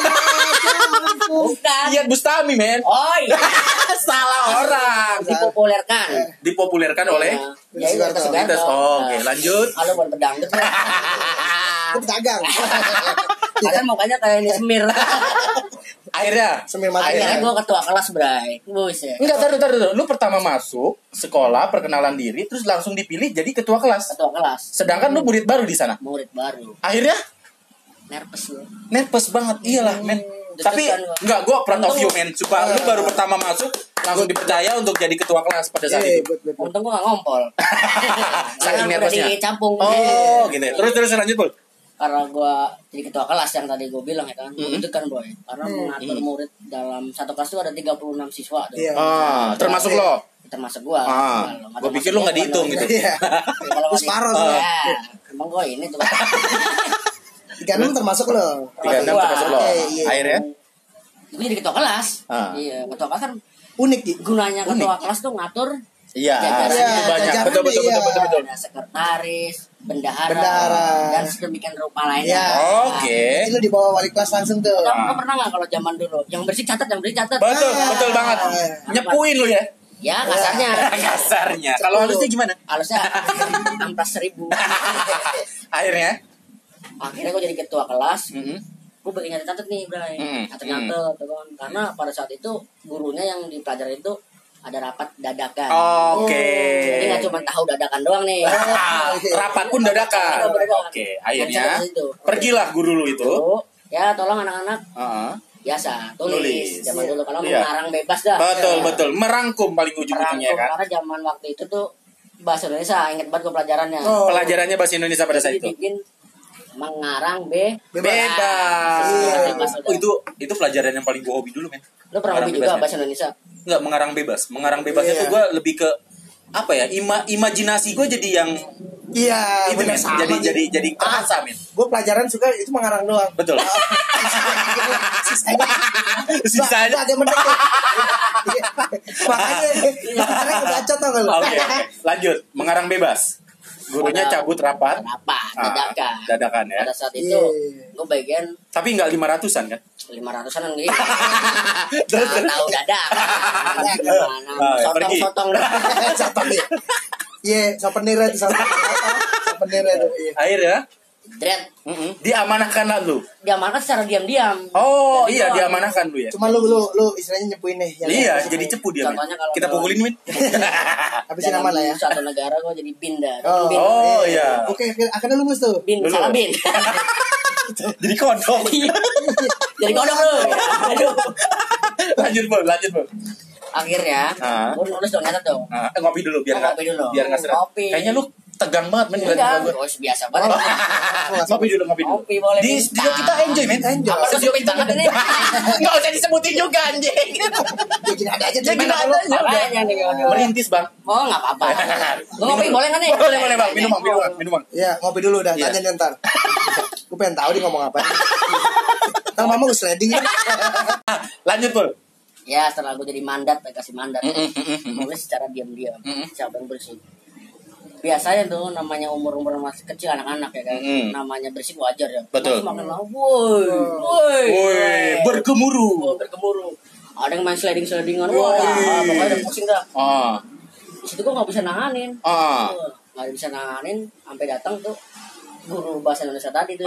Bukan. Iya Bustami, men. Oh iya. Salah orang. Dipopulerkan oleh Rita Sugarto. Oke, lanjut. Halo buat pedangdut. Itu pedagang. Kan mukanya kayak ini semir. Akhirnya gue ketua kelas, Bray. Buset. Enggak, taruh. Lu pertama masuk sekolah, perkenalan diri, terus langsung dipilih jadi ketua kelas. Sedangkan lu murid baru di sana. Murid baru. Akhirnya nervous banget. Iyalah, men. Tapi enggak, gue proud of you, men. Supaya lu baru pertama masuk langsung dipercaya untuk jadi ketua kelas pada saat itu. Untung gue gak ngompol. Saking nervousnya. Dicampung. Oh, gitu. Terus lanjut, Pul. Karena gue jadi ketua kelas yang tadi gue bilang ya kan, itu kan Boy. Karena mengatur murid dalam satu kelas itu ada 36 siswa tuh. Termasuk lo? Termasuk gue. Gue pikir lo gak dihitung gitu. Kalau separuh tuh. Emang gue ini tuh. 36 termasuk lo. 36 termasuk lo. Akhirnya? Gue jadi ketua kelas. Iya, ketua kelas kan unik gitu. Gunanya ketua kelas tuh ngatur. Iya, itu banyak. Betul. Ada sekretaris, bendahara, dan sedemikian rupa lainnya. Oke. Itu di bawah wali kelas langsung tuh. Lo pernah nggak kalau zaman dulu yang bersih catat? Betul banget. Nyepuin lu ya. Ya kasarnya. Kalau halusnya gimana? Halusnya amplas 1000. Akhirnya gue jadi ketua kelas. Gue bikin catat nih, Bray. Catat karena pada saat itu gurunya yang dipelajari itu ada rapat dadakan. Oke. Jadi nggak cuma tahu dadakan doang nih. Rapat pun dadakan. Oke. Akhirnya pergilah guru lu itu. Ya tolong anak-anak. Biasa tulis. Zaman dulu kalau mengarang bebas dah. Betul. Merangkum paling ujung-ujungnya kan. Karena zaman waktu itu tuh bahasa Indonesia inget banget gue pelajarannya. Pelajarannya bahasa Indonesia pada saat itu. Dibikin mengarang bebas. Oh, itu pelajaran yang paling gue hobi dulu, men. Lo pernah hobi juga bahasa Indonesia? Enggak, mengarang bebasnya tuh gue lebih ke apa ya, imajinasi gue jadi yang itu men, jadi terasa, men. Gue pelajaran suka itu mengarang doang. Betul. Sisanya agak mendek. Makanya kebaca tau gak lu? Oke. Lanjut, mengarang bebas. Gurunya cabut rapat. Dadakan ya. Pada saat itu gue bagian. Tapi nggak 500-an kan? 500-an enggak. Tahu dadakan. Gimana? Sotong. Iya, souvenir itu souvenir itu. Akhirnya Dread. Diamanahkan lu. Diamanahkan secara diam-diam. Oh iya, diamanahkan lu ya. Cuma lu istilahnya nyepuin nih. Iya, jadi cepu dia. Kita pukulin, Min. Habisin nama lah ya. Satu negara gua jadi pindah. Oh iya. Oke, akhirnya lulus tuh. Salah bin. Jadi kodok. Jadi kodok lu. Aduh. Lanjut, Bu. Akhirnya, gua nulis dong, nyatet dong. Ngopi dulu biar enggak seret. Kayaknya lu tegang banget, men. Enggak, biasa banget. Ngopi dulu. Ngopi boleh. Di studio kita enjoy, men. Apa studio kita nih? Enggak usah disebutin juga, anjing. Bikin ada aja. Merintis, Bang. Oh, enggak apa-apa. Ngopi boleh kan nih? Boleh, Bang. Minuman. Iya, ngopi dulu dah. Tanya ntar. Gue pengen tahu dia ngomong apa. Ntar mama gue sliding. Lanjut, Pul. Ya, setelah gue jadi kasih mandat. Nulis secara diam-diam. Siapa yang bersih? Biasanya tuh namanya umur-umur masih kecil anak-anak ya kan, namanya bersih wajar ya. Betul. Makin lama, woi, bergemuruh. Ada yang main sliding-slidingan, pokoknya udah pusing dah. Di situ gue nggak bisa nanganin, sampai datang tuh guru bahasa Indonesia tadi tuh.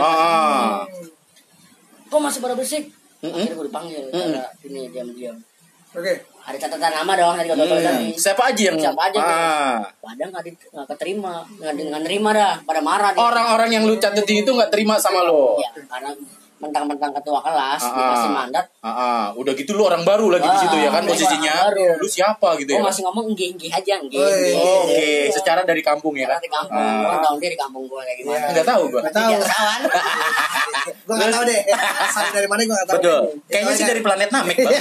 Kok masih pada bersih? Akhirnya gue dipanggil, cara ini diam-diam. Oke. Ada catatan nama dong tadi tadi. Siapa aja tuh? Padahal nggak keterima, nggak nerima dah, pada marah. Orang-orang yang lu catetin itu nggak terima sama lo. Iya, karena mentang-mentang ketua kelas dikasih mandat. Udah gitu lu orang baru lagi di situ ya kan posisinya. Lu siapa gitu ya? Masih ngomong enggih aja. Oke, secara dari kampung ya kan. Dari kampung, gua tahu dia di kampung gua kayak gimana. Enggak tahu gua. Enggak tahu. Gua enggak tahu deh. Asal dari mana gua enggak tahu. Betul. Kayaknya sih dari planet Namek, Bang.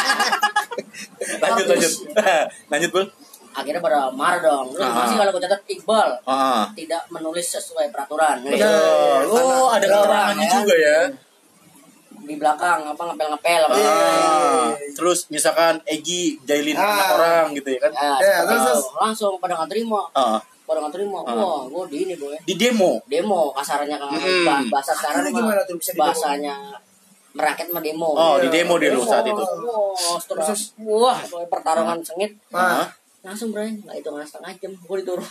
Lanjut, Bul. Akhirnya pada marah dong. Lu masih kalau gue catat Iqbal tidak menulis sesuai peraturan. Oh, ada keterangannya juga ya. Di belakang ngepel-ngepel terus misalkan Egi jailin anak orang gitu ya kan. Terus langsung pada nggak terima. Wah, gue di ini boy. Di demo kasarnya kan. Bahasa sekarang bahasanya merakyat sama demo. Di demo dia lu saat itu. Terus pertarungan sengit. Langsung Bray, nggak hitungan setengah jam gue diturun.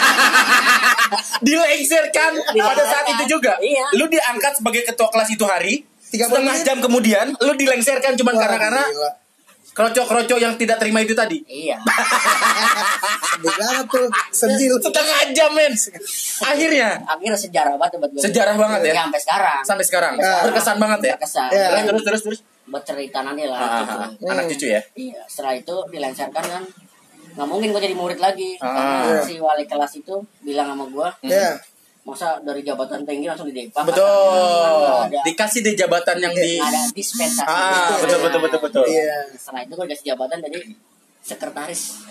Dilengsirkan pada saat itu juga. Iya. Lu diangkat sebagai ketua kelas itu hari. Setengah jam kemudian lu dilengsarkan cuma karena kroco-kroco yang tidak terima itu tadi. Iya. Sedih tuh, sedih. Setengah jam, men. Akhirnya sejarah banget buat gue. Sejarah banget ya. Sampai sekarang. Berkesan banget ya. Terus. Buat cerita nanti lah. Anak cucu ya. Iya. Setelah itu dilengsarkan kan. Nggak mungkin gue jadi murid lagi. Karena si wali kelas itu bilang sama gue. Masa dari jabatan tinggi langsung di depak. Betul. Dikasih di jabatan yang ada dispensasi. Betul. Setelah itu gue dikasih jabatan jadi sekretaris.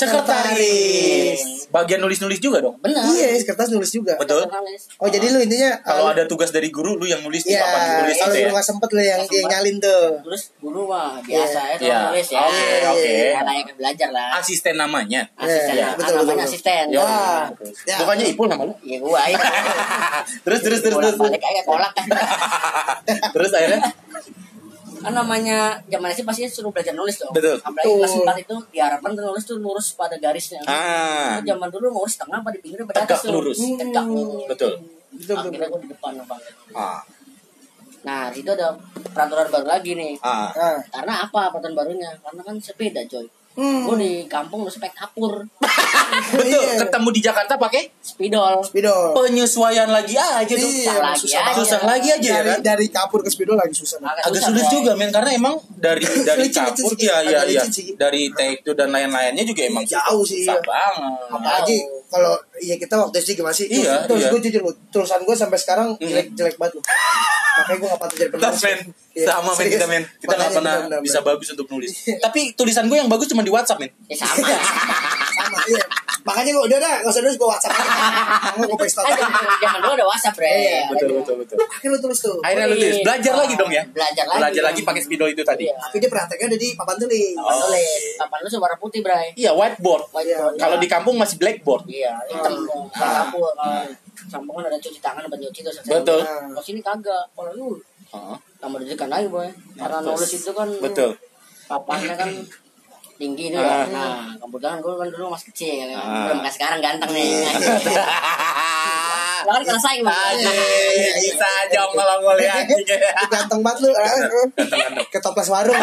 Bagian nulis-nulis juga dong. Benar. Iya, sekretaris nulis juga. Betul. Oh, jadi lu intinya kalau ada tugas dari guru lu yang nulis di papan tulis kalau gitu ya. Kalau guru sempet lu yang nyalin tuh. Terus guru mah biasa nulis ya. Oke. Kayak belajar lah. Asisten namanya. Betul. Asisten. Bukannya Ipul nama lu? Iya, gua. Terus. Balik aja kolak kan. Terus akhirnya kan namanya zaman SD pasti suruh belajar nulis dong. Betul. Apalagi kelas 4 itu diharapkan nulis tuh lurus pada garisnya. Zaman dulu nulis tengah apa di pinggir pada tegak lurus. Betul. Akhirnya gue di depan bang. Nah itu ada peraturan baru lagi nih. Karena apa peraturan barunya? Karena kan sepeda coy. Gue di kampung nulis pakai kapur. Betul. Ketemu di Jakarta pakai spidol. Penyesuaian lagi aja tuh. Susah lagi aja ya kan. Dari kapur ke spidol lagi susah. Agak sulit juga men karena emang dari kapur ya dari take itu dan lain-lainnya juga emang jauh sih. Susah banget. Apalagi kalau iya kita waktu SD gimana sih? Terus gue jujur loh, tulisan gue sampai sekarang jelek banget loh. Makanya gue gak patut jadi penulis. Sama men kita men. Kita gak pernah bisa bagus untuk nulis. Tapi tulisan gue yang bagus cuma di WhatsApp men. Sama. Sama iya. Makanya gue udah gak usah nulis gue WhatsApp aja. Gue paste aja. Zaman dulu ada WhatsApp bre. Betul. Akhirnya lu tulis tuh. Akhirnya lu tulis. Belajar lagi dong ya. Belajar lagi pakai spidol itu tadi. Tapi dia prakteknya udah di papan tulis. Papan lu warna putih bre. Iya whiteboard. Kalau di kampung masih blackboard. Iya hitam dong. Dapur kampung kan ada cuci tangan buat nyuci tuh. Betul. Kalau sini kagak. Kalau lu tambah dirikan lagi boy. Karena nulis itu kan. Betul. Papannya kan tinggi itu ya. Nah, kebetulan gue kan dulu masih kecil ya. Udah makanya sekarang ganteng nih. Lo kan ngerasain Mas. Bisa aja kalau mau lihat. Ganteng banget lu. Ketoples warung.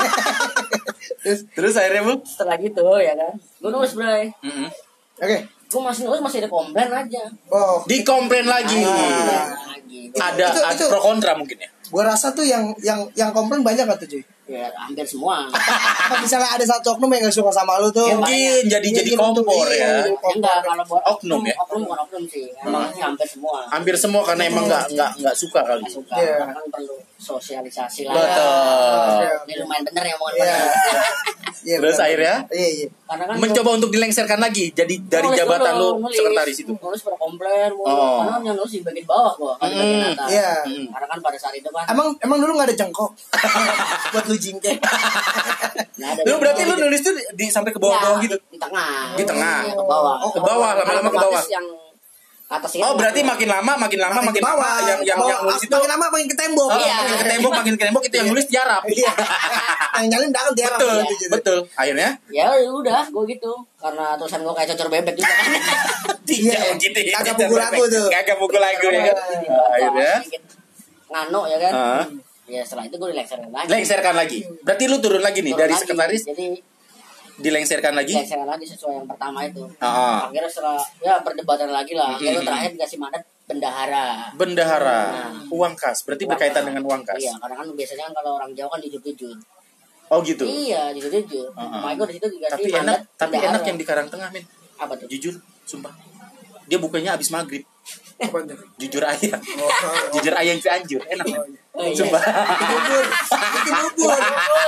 Terus akhirnya Bu? Setelah gitu ya kan. Gue nulis bray. Oke. Gue masih nulis masih ada komplain aja. Oh. Di komplain lagi. Ada pro kontra mungkin ya. Gua rasa tuh yang komplain banyak gak tuh cuy? Ya hampir semua. Apa misalnya ada satu oknum yang gak suka sama lu tuh? Mungkin jadi kompor ya. Enggak, kalau buat oknum ya. Oknum bukan oknum sih. Emang hampir semua. Hampir semua karena emang enggak suka kali. Suka. Kan perlu sosialisasi lah. Betul. Ini lumayan bener ya mohon Terus akhirnya? Iya. Karena kan mencoba untuk dilengserkan lagi jadi dari jabatan lu sekretaris itu. Nulis pada komplain, karena yang nulis di bagian bawah gua, kan di bagian atas. Iya. Karena kan pada saat itu kan. Emang dulu nggak ada jengkok buat lu jingkek. Lu berarti lu nulis tuh di sampai ke bawah-bawah gitu. Di tengah. Di tengah. Ke bawah. Ke bawah lama-lama ke bawah. Yang atas itu. Oh berarti makin lama makin bawah yang nulis itu makin lama makin ke tembok. Makin ke tembok itu yang nulis tiarap. Iya. Yang nyalin belakang tiarap. Betul. Akhirnya? Ya udah, gue gitu. Karena tulisan gue kayak cocor bebek juga kan. Tidak begitu ya. Kagak pukul lagu tuh. Kagak pukul lagu ya. Akhirnya? Ngano ya kan. Ya setelah itu gue dilengserkan lagi. Berarti lu turun lagi nih dari sekretaris. Jadi dilengserkan lagi sesuai yang pertama itu. Akhirnya setelah ya perdebatan lagi lah. Akhirnya terakhir dikasih mandat bendahara. Uang kas. Berarti berkaitan dengan uang kas. Iya, karena kan biasanya kan kalau orang Jawa kan jujur-jujur. Oh gitu. Iya, jujur-jujur. Makanya gue di situ dikasih mandat. Tapi enak yang di Karangtengah, men. Apa tuh? Jujur, sumpah. Dia bukanya abis maghrib. Jujur ayam. Jujur ayam Cianjur enak. Sumpah. Bubur.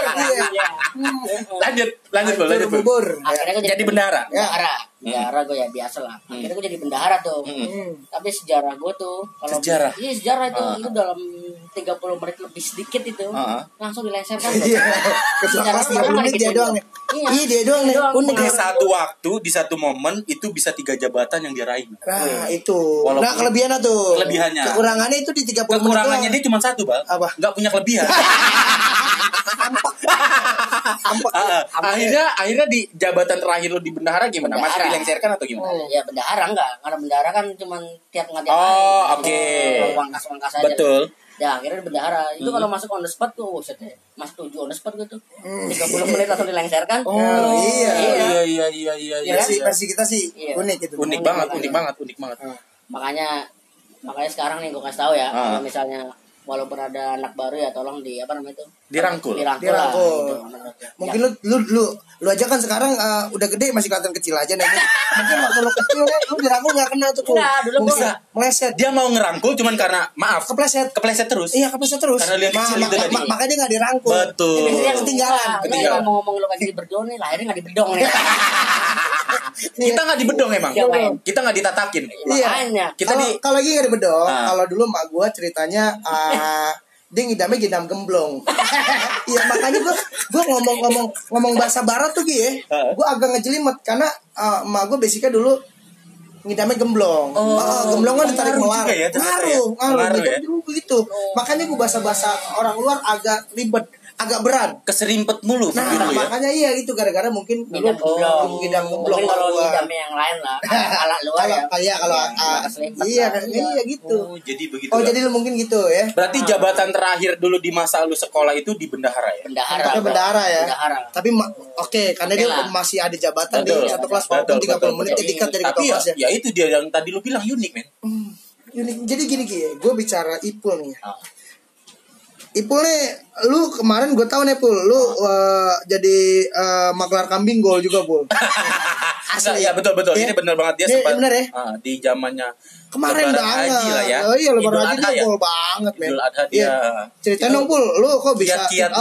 Lanjut bubur. Akhirnya gue jadi bendahara. Bendahara gue ya biasa lah. Akhirnya gue jadi bendahara tuh. Tapi sejarah gue tuh kalau sejarah itu dalam 30 menit lebih sedikit itu langsung dilengserkan. Ketua kelas 30 menit dia doang. Iya dia doang nih. Unik di satu waktu, di satu momen itu bisa 3 jabatan yang dia raih. Nah itu. Nah kelebihannya tuh. Kelebihannya. Kekurangannya itu di 30 menit. Kekurangannya dia cuma satu bang. Apa? Gak punya kelebihan. Akhirnya di jabatan terakhir lu di bendahara gimana? Masih dilengserkan atau gimana? Ya bendahara enggak. Karena bendahara kan cuma tiap ngatian. Oke. Uang-kas aja. Betul. Ya akhirnya bendahara itu kalau masuk on the spot tuh masuk 7 on the spot gitu 30 menit langsung dilengserkan. Iya. Versi kita sih unik gitu. Unik banget. Makanya sekarang nih gue kasih tahu ya, kalau misalnya walaupun ada anak baru ya tolong dirangkul lah, gitu. Mungkin lu aja kan sekarang udah gede masih kelihatan kecil aja nih. Mungkin waktu lu kecil lu dirangkul nggak kena tuh. Dulu bisa meleset. Dia mau ngerangkul cuman karena maaf kepleset terus. Iya kepleset terus. Karena dia kecil itu tadi. Makanya nggak dirangkul. Betul. Ketinggalan. Ngomong lu kasih diberdong nih, lahirnya nggak dibedong nih. Kita nggak dibedong emang. Kita nggak ditatakin. Makanya. Kalau lagi nggak dibedong, kalau dulu mak gue ceritanya dia ngidam gemblong. Iya makanya gue ngomong bahasa barat tuh gue agak ngejelimet karena emak gue basicnya dulu ngidamnya gemblong. Gemblong kan ditarik melar. Ngaruh dulu begitu. Makanya gue bahasa orang luar agak ribet, agak berat, keserimpet mulu. Makanya iya itu gara-gara mungkin dulu ngidam gemblong. Kalau ngidamnya yang lain lah, ala luar ya. Kalau gitu. Jadi begitu. Jadi lu mungkin gitu ya. Berarti jabatan terakhir dulu di masa lu sekolah itu di bendahara ya? Bendahara ya. Tapi karena dia masih ada jabatan di satu kelas walaupun 30 menit dikat dari ketua kelas ya. Ya itu dia yang tadi lu bilang unik, men. Unik. Jadi gini, gue bicara Ipul nih. Ipul nih, lu kemarin gue tahu nih Pul, lu jadi maklar kambing gol juga Pul. Asli. Ya betul. Ini benar banget dia sempat bener ya? Di zamannya kemarin banget. Haji lah ya. Oh iya lebaran haji dia full banget, men. Idul Adha dia. Ceritain dong, Pul. Lu kok bisa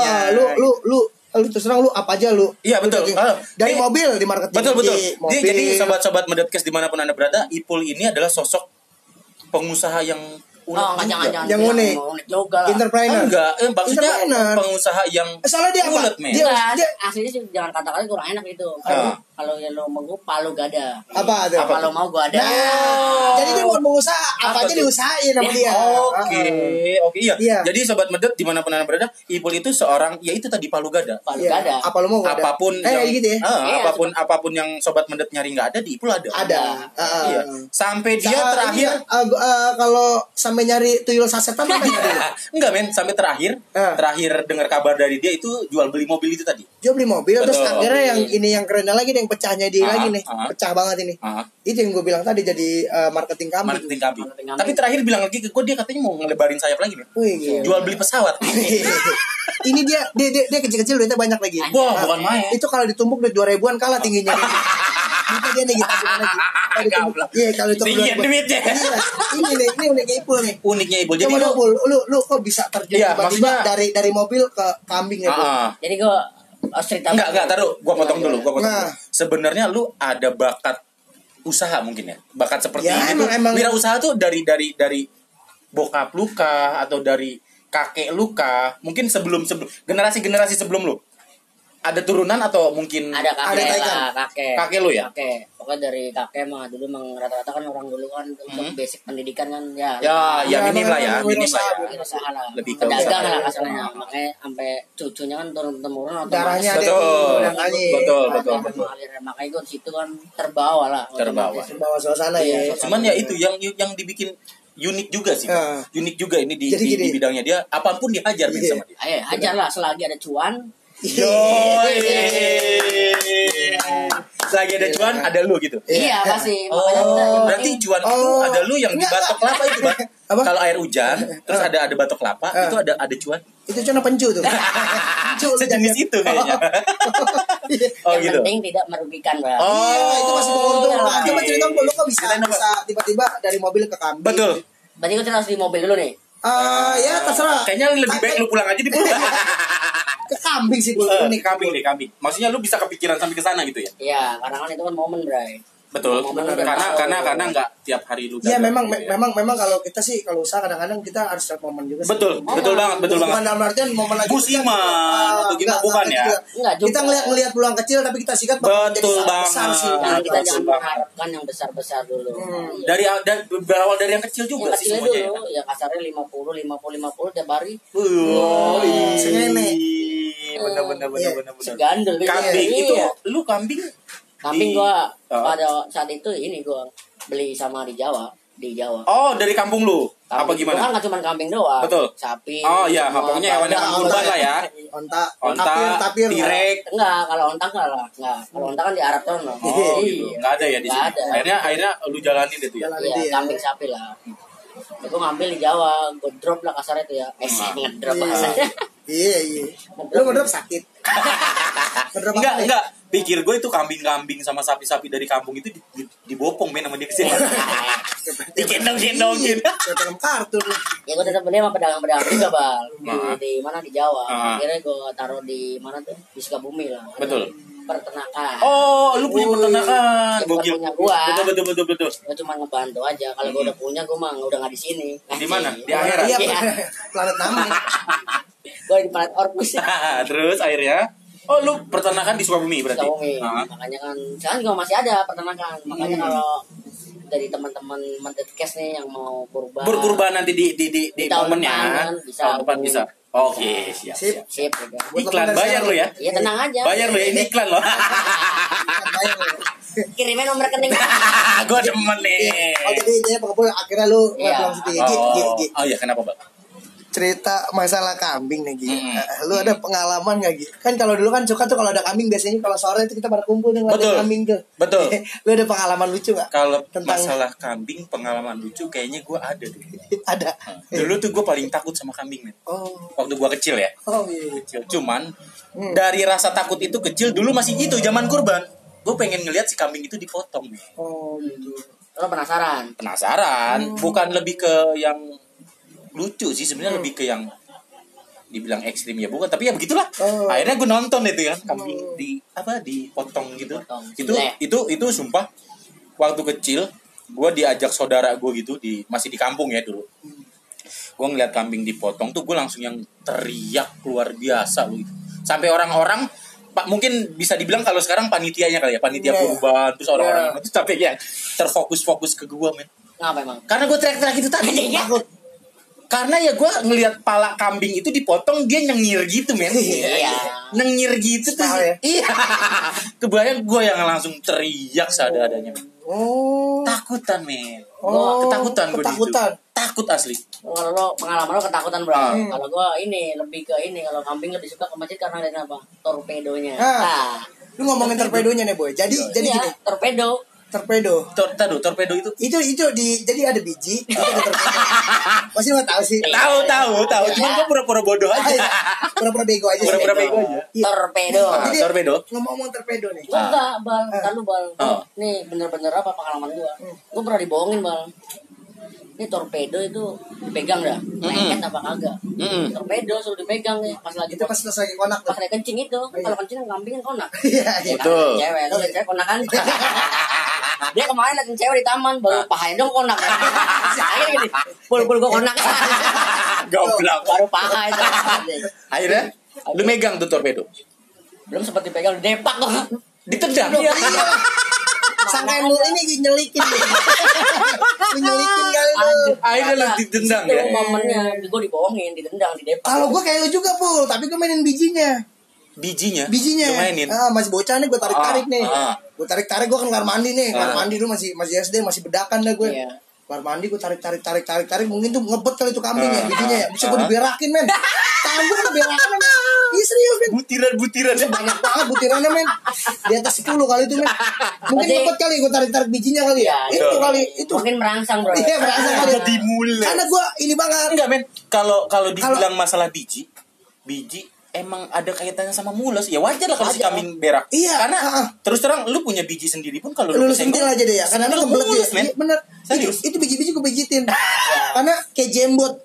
lu terserah lu apa aja lu. Iya betul. Dari mobil di marketing. Betul. Jadi sobat-sobat Medepkes dimanapun Anda berada, Ipul ini adalah sosok pengusaha yang jangan yang unik juga lah. Entrepreneur. Enggak, maksudnya pengusaha yang soalnya dia apa? Dia aslinya sih jangan kata-kata kurang enak itu. Kalau yang lo mau palu gak ada. Apa tuh? Kalau mau gua ada. Jadi dia mau mengusaha apa aja diusahain sama dia. Oke, iya. Jadi sobat Medep dimanapun Anda berada, Ipul itu seorang ya itu tadi palu gada. Apa lo mau gak ada? Apapun gitu ya. apapun yang sobat Medep nyari nggak ada di Ipul ada. Iya. Sampai dia terakhir kalau sampai nyari tuyul sasetan apa nyari? Enggak, men, sampai terakhir dengar kabar dari dia itu jual beli mobil itu tadi. Jual beli mobil. Terus akhirnya yang kerennya lagi yang pecahnya dia lagi nih. Pecah banget ini. Itu yang gue bilang tadi jadi marketing kambing. Tapi terakhir bilang lagi ke gue, dia katanya mau ngelebarin sayap lagi nih. Jual beli pesawat. Ini dia kecil-kecil duitnya banyak lagi. Wah, bukan main. Itu kalau ditumpuk duit 2.000-an kalah tingginya. Itu dia nih gitu lagi. Iya, kalau itu duitnya. Ini uniknya Ipul nih. Uniknya Ipul. Jadi lu kok bisa terjun tiba-tiba dari mobil ke kambing ya, Bu? Jadi gue cerita enggak, taruh gua potong dulu. Sebenarnya lu ada bakat usaha mungkin ya. Bakat seperti ini tuh. Wirausaha tuh dari bokap lu kah atau dari kakek lu kah? Mungkin sebelum generasi sebelum lu. Ada turunan atau mungkin ada kakek lu ya? Kakek. Pokoknya dari kakek mah dulu memang rata-rata kan orang dulu kan untuk basic pendidikan kan ya minim lah ya. Usaha lah. Lebih ke pedagang lah kasarnya. Makanya sampai cucunya kan turun temurun darahnya ada betul. Makanya gue situ kan terbawa suasana ya. Cuman ya itu yang dibikin unik juga sih. Unik juga ini di bidangnya dia, apapun dihajar sama dia. Ayo hajar lah selagi ada cuan. Selagi ada cuan ada lu gitu. Iya pasti. Berarti cuan itu ada lu yang di batok kelapa itu, Bang. Kalau air hujan terus ada batok kelapa itu ada cuan. Itu cuan pencu tuh. Sejenis itu kayaknya. Yang penting tidak merugikan, Bang. Itu masih menguntungkan. Coba cerita lu kok bisa tiba-tiba dari mobil ke kambing. Betul. Berarti gue harus di mobil dulu nih. Ya terserah. Kayaknya lebih baik lu pulang aja di pulang. Ke kambing sih gue nih kambing. Maksudnya lu bisa kepikiran sampai ke sana gitu ya? Iya, karena kan itu kan momen, Bray. Betul. Karena enggak tiap hari lu. Iya, memang kalau kita sih kalau usaha kadang-kadang kita harus lihat momen juga sih. Betul banget. Bukan dalam artian momen lagi musiman atau gimana bukan ya? Kita ngelihat peluang kecil tapi kita sikat betul banget. Besar sih. Kita jangan mengharapkan yang besar-besar dulu. Berawal dari yang kecil juga sih semuanya. Ya kasarnya 50 tiap hari. Segene. Bener. Segandel. Kambing itu lu kambing gua pada saat itu ini gua beli sama di Jawa. Oh, dari kampung lu. Apa gimana? Kan enggak cuma kambing doang. Betul. Sapi. Oh iya, pokoknya hewan kurban lah ya. Onta, tapir. Tirek. Enggak, kalau onta enggak. Kalau onta kan di Arab tuh. Oh, gitu. Enggak ada ya di sini. Akhirnya lu jalanin itu ya. Iya, kambing sapi lah. Itu ngambil di Jawa, gue drop lah kasarnya itu ya. Ngedrop bahasanya. Iya. Lu ngedrop sakit. Enggak. Pikir gue itu kambing-kambing sama sapi-sapi dari kampung itu dibopong men sama dia kesini. Digendong-gendongin. Film kartun. Ya gue tetap beli sama pedagang-pedagang juga, Bang. Di mana di Jawa. Akhirnya gue taruh di mana tuh? Di Sukabumi lah. Betul. Peternakan. Oh, lu punya peternakan. Gokil. Punya gua. Betul. Gua cuma ngebantu aja. Kalau gua udah punya, gua mah udah enggak di sini. Di mana? Di akhirat. Iya. Planet Namek. Gua di planet Orkus. Terus akhirnya lu peternakan di Sukabumi berarti? Sukabumi. Makanya kan sekarang juga masih ada peternakan. Makanya kalau dari teman-teman Medepkes nih yang mau berkurban nanti di momennya bisa Oke, siap. Iklan bayar lo ya? Iya, tenang aja. Bayar lo ya, ini iklan lo. Kirimin nomor rekening. Gue demen nih. Jadi akhirnya lu pulang sedikit. Oh iya, kenapa, Bang? Cerita masalah kambing nih, Gi. Lu ada pengalaman gak, Gi? Kan kalau dulu kan suka tuh kalau ada kambing biasanya kalau sore itu kita pada kumpul nih ngeliatin kambing tuh. Betul. Lu ada pengalaman lucu gak? Kalau masalah kambing, pengalaman lucu kayaknya gue ada deh. Ada. Dulu tuh gue paling takut sama kambing, men. Waktu gue kecil ya. Oh iya. Kecil. Cuman dari rasa takut itu kecil dulu masih gitu zaman kurban. gue pengen ngelihat si kambing itu dipotong. Oh gitu. Lo penasaran? Bukan lebih ke yang lucu sih sebenarnya, lebih ke yang dibilang ekstrim ya bukan, tapi ya begitulah. Akhirnya gue nonton itu kan kambing dipotong gitu. Itu sumpah waktu kecil gue diajak saudara gue gitu masih di kampung ya dulu. Gue ngeliat kambing dipotong tuh gue langsung yang teriak luar biasa gitu. Sampai orang-orang mungkin bisa dibilang kalau sekarang panitianya kali ya, panitia kurban, terus orang-orang itu sampai ya terfokus ke gue men. Ngapa emang? Karena gue teriak-teriak itu tadi. Karena ya gue ngelihat pala kambing itu dipotong, dia nyengir gitu men. Iya. Nyengir gitu tuh. Iya. Kebayang gue yang langsung teriak seadanya. Takutan men. Ketakutan gue itu. Takut asli. Kalau lo pengalaman lo ketakutan bro. Kalau gue ini lebih ke ini, kalau kambing lebih suka ke masjid karena ada apa? Torpedonya. Lu ngomongin torpedonya nih boy. Jadi gini. Torpedo. Torpedo itu jadi ada biji, itu ada torpedo. Masih nggak tahu sih? Tahu. Cuman gue pura-pura bodoh aja. Pura-pura bego aja. Torpedo. Ngomong torpedo nih. Enggak, Bal. Lalu Bal. Nih bener-bener apa pengalaman gue? Gue pernah dibohongin Bal. Ini torpedo itu dipegang dah, lengket apa kagak? Torpedo suruh dipegang nih, pas lagi konak. Pas lagi kencing itu, kalau kencing kambing kan konak. Iya. Betul. Cewek, lo lihat cewek konakan. Dia kemarin liat cewek di taman, baru pahanya dong konak. Akhirnya gini, pul gue konak. Goblok. Baru paha itu. Akhirnya, lu megang tuh torpedo? Belum sempat dipegang, depak kok. Ditendang? Iya. Sangkain lu ini nyelikin. Menyelikin kali lu. Akhirnya lu ditendang ya? Itu momennya, gue dibohongin, ditendang, didepak. Kalau gue kayak lu juga Pul, tapi gue mainin bijinya. Bijinya? Mainin. Masih bocah nih, gue tarik-tarik nih. Gue tarik-tarik, gue kan kamar mandi nih. Kamar mandi dulu masih SD, masih bedakan dah gue. Kamar mandi gue tarik. Mungkin tuh ngebet kali itu kambingnya, bijinya ya. Bisa gue diberakin men. Tangan gue udah berakin men. Iya serius men. Butiran-butirannya banyak banget butirannya men. Di atas 10 kali itu men. Mungkin ngebet kali gue tarik bijinya kali ya. Itu kali itu. Mungkin merangsang bro. Iya merangsang kali. Jadi mulai. Karena gue ini banget. Enggak men. Kalau dibilang masalah biji emang ada kaitannya sama mules. Ya wajar lah kalau si kambing berak. Iya. Karena terus terang lu punya biji sendiri pun kalau lu sentil aja deh ya. Karena lu kebelet ya. Iya, bener. Serius. Itu biji-biji gue pijitin. Karena kayak jembot.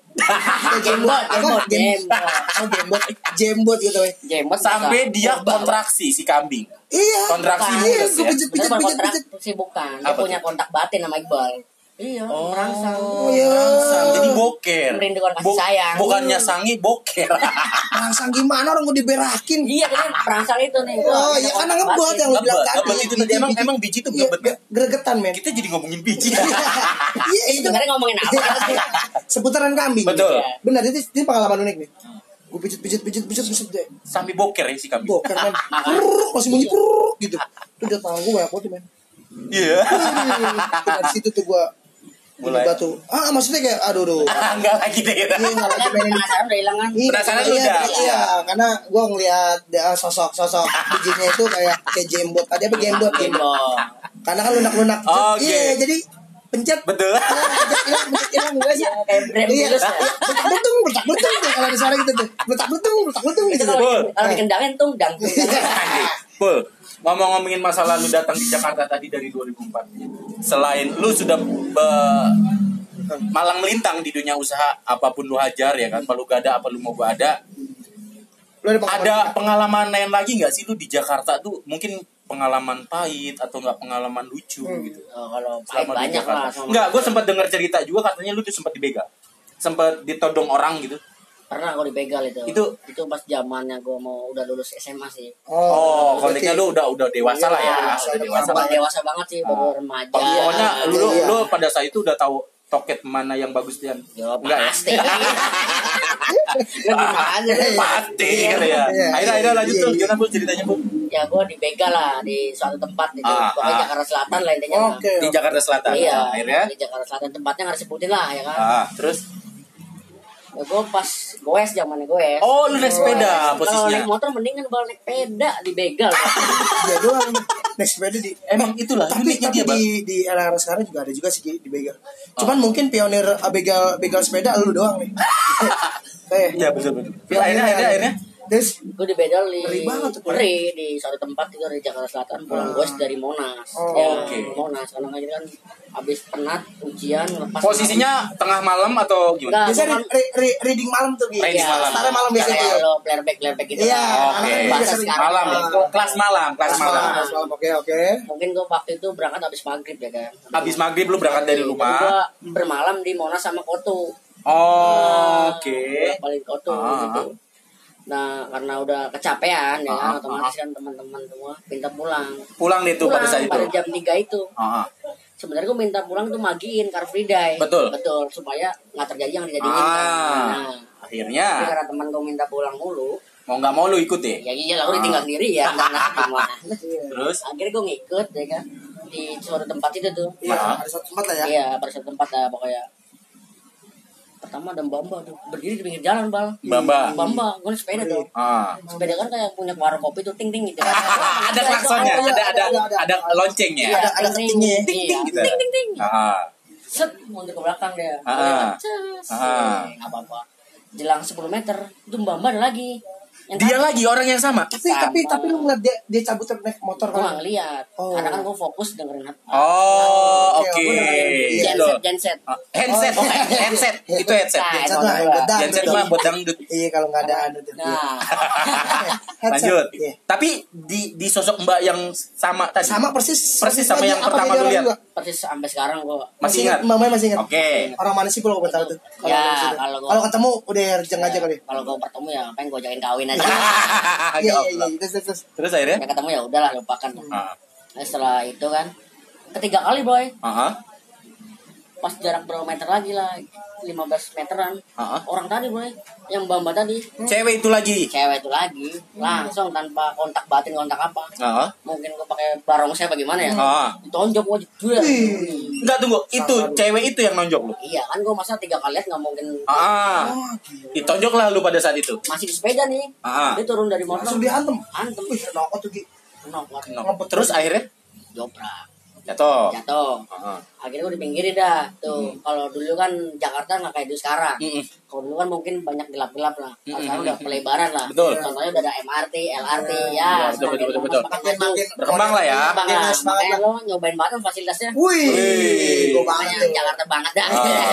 Jembot gitu. Jembot sampai dia kontraksi si kambing. Iya. Kontraksi mules ya. Kontraksi bukan. Dia punya kontak batin sama Iqbal. Iya, merangsang. Jadi boker. Merindukan kasih sayang. Bukannya sangi, boker. Merangsang gimana orang mau diberakin? Iya, kan merangsang itu nih. Oh, iya karena ngebet yang lu bilang tadi. Itu tadi emang biji itu ngebet. Gregetan, men. Kita jadi ngomongin biji. Iya, itu sebenarnya ngomongin apa sih? Seputaran kambing. Betul. Benar, ini pengalaman unik nih. Gue pijit deh. Sampai boker ya si kambing. Boker, men. Masih bunyi gitu. Itu udah tangan gue banyak banget, men. Iya. Dari situ tuh gue mulai batu. Maksudnya kayak aduh. Enggak lagi deh kita. Iya, enggak lagi mainin. Penasaran udah hilang kan? Penasaran udah. Iya, karena gue ngeliat sosok bijinya itu kayak jembot. Ada apa jembot? Karena kan lunak-lunak. Iya, jadi pencet. Betul. Pencet hilang enggak sih? Kayak brand virus. Bertak-bertung kalau ada suara gitu tuh. Bertak-bertung gitu. Kalau dikendangin tuh dang. Pul, ngomongin masalah lu datang di Jakarta tadi dari 2004. Selain lu sudah malang melintang di dunia usaha, apapun lu hajar ya kan, kalau gak ada apa lu mau gak ada. Ada pengalaman lain lagi nggak sih lu di Jakarta tuh? Mungkin pengalaman pahit atau nggak pengalaman lucu gitu? Kalau pahit banyak lah. Enggak, gue sempat dengar cerita juga katanya lu tuh sempat dibegal, sempat ditodong orang gitu. Pernah gue dibegal itu pas zamannya gue mau udah lulus SMA sih. Konteksnya lu udah dewasa lah ya. Udah dewasa banget sih, baru remaja. Pokoknya lu pada saat itu udah tahu toket mana yang bagus dan enggak pasti. Pasti gitu ya. Akhirnya lanjut tuh, gimana Bu ceritanya Bu? Ya gue dibegal lah di suatu tempat itu, pokoknya Jakarta Selatan lah intinya. Di Jakarta Selatan. Iya. Akhirnya di Jakarta Selatan, tempatnya nggak disebutin lah ya kan. Terus ya gue pas goes zamannya goes. Oh, lu naik sepeda posisinya. Kalau naik motor mendingan kalau naik sepeda dibegal. Ya doang naik sepeda emang itulah uniknya dia di era sekarang juga ada juga sih dibegal. Cuman mungkin pionir begal sepeda lu doang nih. Iya betul. Akhirnya Terus gue di bedol di ngeri di suatu tempat itu dari Jakarta Selatan, pulang gue dari Monas. Monas karena kan habis penat ujian lepas. Posisinya tengah malam atau gimana? Biasanya reading malam tuh gitu. Startnya malam biasanya. Kalau playback gitu. Iya. Malam. Kelas malam. Oke. Mungkin gue waktu itu berangkat habis maghrib ya kan. Habis maghrib lu berangkat dari rumah. Gue bermalam di Monas sama Koto. Oke. Paling Koto gitu. Nah, karena udah kecapean ya kan, otomatis kan teman-teman semua minta pulang. Pulang deh tuh pada saat itu. Pada jam 3 itu. Sebenarnya gue minta pulang tuh magiin Car Free Day. Betul, supaya nggak terjadi yang terjadi ini. Nah, akhirnya. Karena teman gue minta pulang mulu. Mau nggak mau lu ikut ya? Ya iya lah, gue ditinggal sendiri ya. Terus? Akhirnya gue ngikut ya kan di suatu tempat itu tuh. Iya, ada suatu tempat lah ya. Iya, pada suatu tempat lah pokoknya. Pertama ada Bamba tuh berdiri di pinggir jalan, Bang. Bamba, gue sepeda dong. Sepeda kan kayak punya warung kopi tuh ting gitu. Ada klaksonnya, ada loncengnya. Ada ketingnya. Ting ting. Set mundur ke belakang dia. Enggak apa-apa. Jelang 10 meter, itu Bamba ada lagi. Dia lagi orang yang sama. Tapi lu ngeliat dia cabut naik motor kan? Gue ngeliat. Karena kan gue fokus dengerin apa. Oke. Genset. Handset. Itu headset. Genset mah buat dangdut. Iya, kalau nggak ada tuh. Nah. Lanjut. Tapi di sosok Mbak yang sama tadi. Sama persis sama yang pertama lu lihat. Persis sampai sekarang gue. Masih ingat? Mamanya masih ingat. Oke. Orang mana sih gue tahu tuh. Ya, kalau ketemu udah jeng aja kali. Kalau gue ketemu ya pengen gue ajakin kawin aja. Iya. Terus akhirnya? Ya ketemu ya udahlah lupakan. Nah, setelah itu kan ketiga kali boy. Pas jarak berapa meter lagi lah, 15 meteran. Orang tadi boy, yang Bamba tadi. Cewek itu lagi. Langsung tanpa kontak batin kontak apa. Mungkin gue pakai barongsai bagaimana ya? Ditonjok gue juga. Enggak tunggu, itu cewek itu yang nonjok lu. Iya kan gue masa 3 kali lihat nggak mungkin. Ditonjok lah lu pada saat itu. Masih di sepeda nih. Dia turun dari motor. Langsung diantem. Wih, kenapa tuh Gi? Terus akhirnya joprak. Jatuh. Akhirnya gue dipinggirin dah. Tuh, kalau dulu kan Jakarta nggak kayak dulu sekarang. Kalau dulu kan mungkin banyak gelap-gelap lah. Sekarang udah pelebaran lah. Betul. Contohnya udah ada MRT, LRT, ya. Betul. Berkembang lah ya. Makanya lo nyobain banget fasilitasnya. Wih, gue banget tuh. Jakarta banget dah.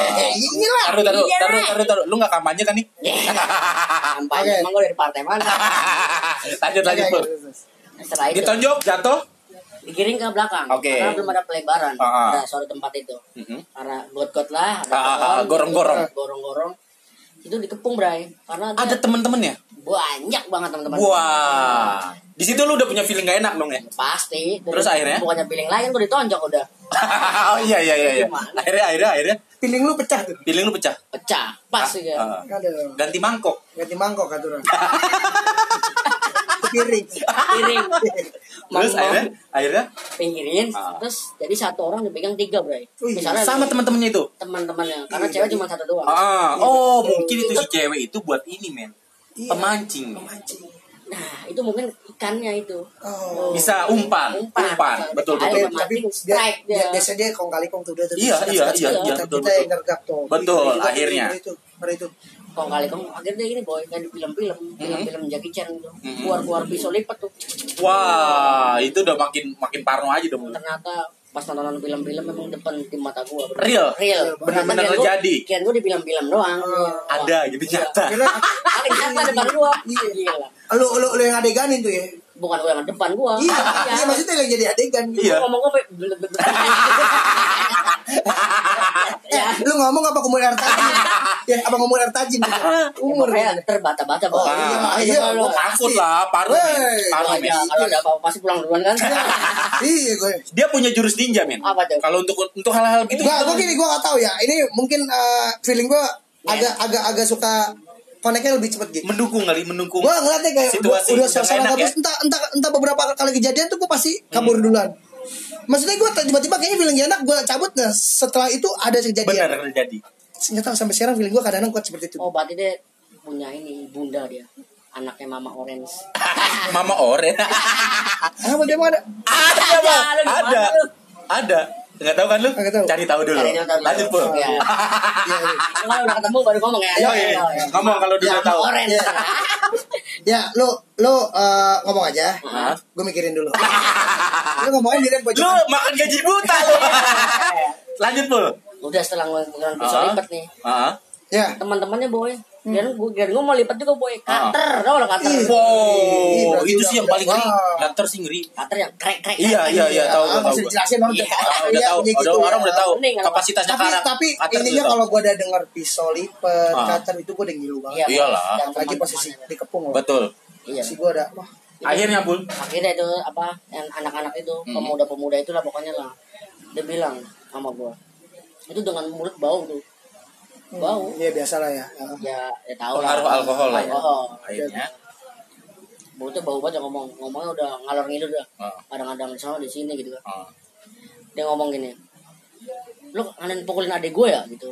Taruh. Lu nggak kampanye kan nih? Kampanye emang gue dari partai mana? Lanjut. Setelah itu ditonjok, jatuh. Digiring ke belakang karena belum ada pelebaran ada suatu tempat itu karena got lah ada gorong-gorong itu dikepung Bray karena ada temen-temennya banyak banget teman-teman. Wah, di situ lu udah punya feeling gak enak dong ya? Pasti. Terus akhirnya bukannya feeling lain gue ditonjok udah. Oh iya. Akhirnya feeling lu pecah tuh. Pecah pas sih ya. Ganti mangkok aturan. piring. Terus akhirnya pinggirin, terus jadi satu orang dipegang 3 Bray. Misalnya sama teman-temannya itu. Teman-temannya, karena cewek cuma 1 doang. Mungkin itu si cewek itu buat ini men. Pemancing. Nah, itu mungkin ikannya itu. Bisa umpan. Betul. Tapi dia biasanya dia kong kali kong tuh udah. Iya, betul. Kita yang nergap tuh. Betul, akhirnya. Itu. Kong kali kong akhirnya ini boy kan di film-film Jackie Chan itu. Keluar pisau lipat tuh. Wah, itu udah makin parno aja dong. Ternyata pas nonton film-film memang depan di mata gua. Real. Benar-benar terjadi. Kian gua di film-film doang. Ada gitu nyata. Paling nyata depan gua. Gila. Lu yang adeganin tuh ya. Bukan gua yang depan gua. Iya, maksudnya yang jadi adegan gitu. Iya. Ngomong gua lu ngomong apa umur air tajin? Apa ngomong air tajin? Umur ya terbata-bata Bang. Iya, lu takut lah, parno. Kalau ada apa-apa pasti pulang duluan kan. Iya gue. Dia punya jurus ninja men. Apa tuh? Kalau untuk hal-hal gitu. Gue gak tahu ya. Ini mungkin feeling gue agak suka koneknya lebih cepet gitu. Mendukung. Gue ngeliatnya kayak situasi udah suasana bagus. Entah beberapa kali kejadian tuh gue pasti kabur duluan. Maksudnya gue tiba-tiba kayaknya feeling gak enak, gue cabut. Nah setelah itu ada kejadian. Benar terjadi. Ternyata sampai sekarang feeling gue kadang-kadang kuat seperti itu. Oh berarti dia punya ini bunda dia, anaknya Mama Orange. Mama Orange. Bagaimana? Ada. Nggak tahu kan lu? Nggak tahu. Cari tahu dulu. Lanjut Pur. Iya. Kalau udah ketemu baru ngomong ya. Ngomong kalau udah tahu. Orange. Ya, lu ngomong aja. Gue mikirin dulu. Lu ngomongin diri gue. Lu makan gaji buta lu. Lanjut, Pul. Udah setelah ngomongin pisau lipat nih. Ya. Teman-temannya boy. Dan gue mau lipat juga boy. Cutter, tau lah cutter. Wow, itu sih yang paling ngeri. Cutter sih ngeri. Cutter yang krek. Iya, tahu. Harus dijelasin orang orang udah tahu kapasitasnya karang. Tapi intinya kalau gue udah dengar pisau lipat, cutter itu gue udah ngilu banget. Iyalah. Lagi posisi dikepung loh. Betul. Iya. Si gue udah Akhirnya, Bul. Akhirnya itu yang anak-anak itu, pemuda-pemuda itulah pokoknya lah. Dia bilang sama gue, itu dengan mulut bau tuh. Bau. Iya biasa lah ya. Ya tahu lah. Pengaruh alkohol lah. Akhirnya. Mulutnya bau banget ngomongnya udah ngalor ngidul dah. Kadang-kadang di sana di sini gitu kan. Dia ngomong gini. Lu nganen pukulin adik gue ya gitu.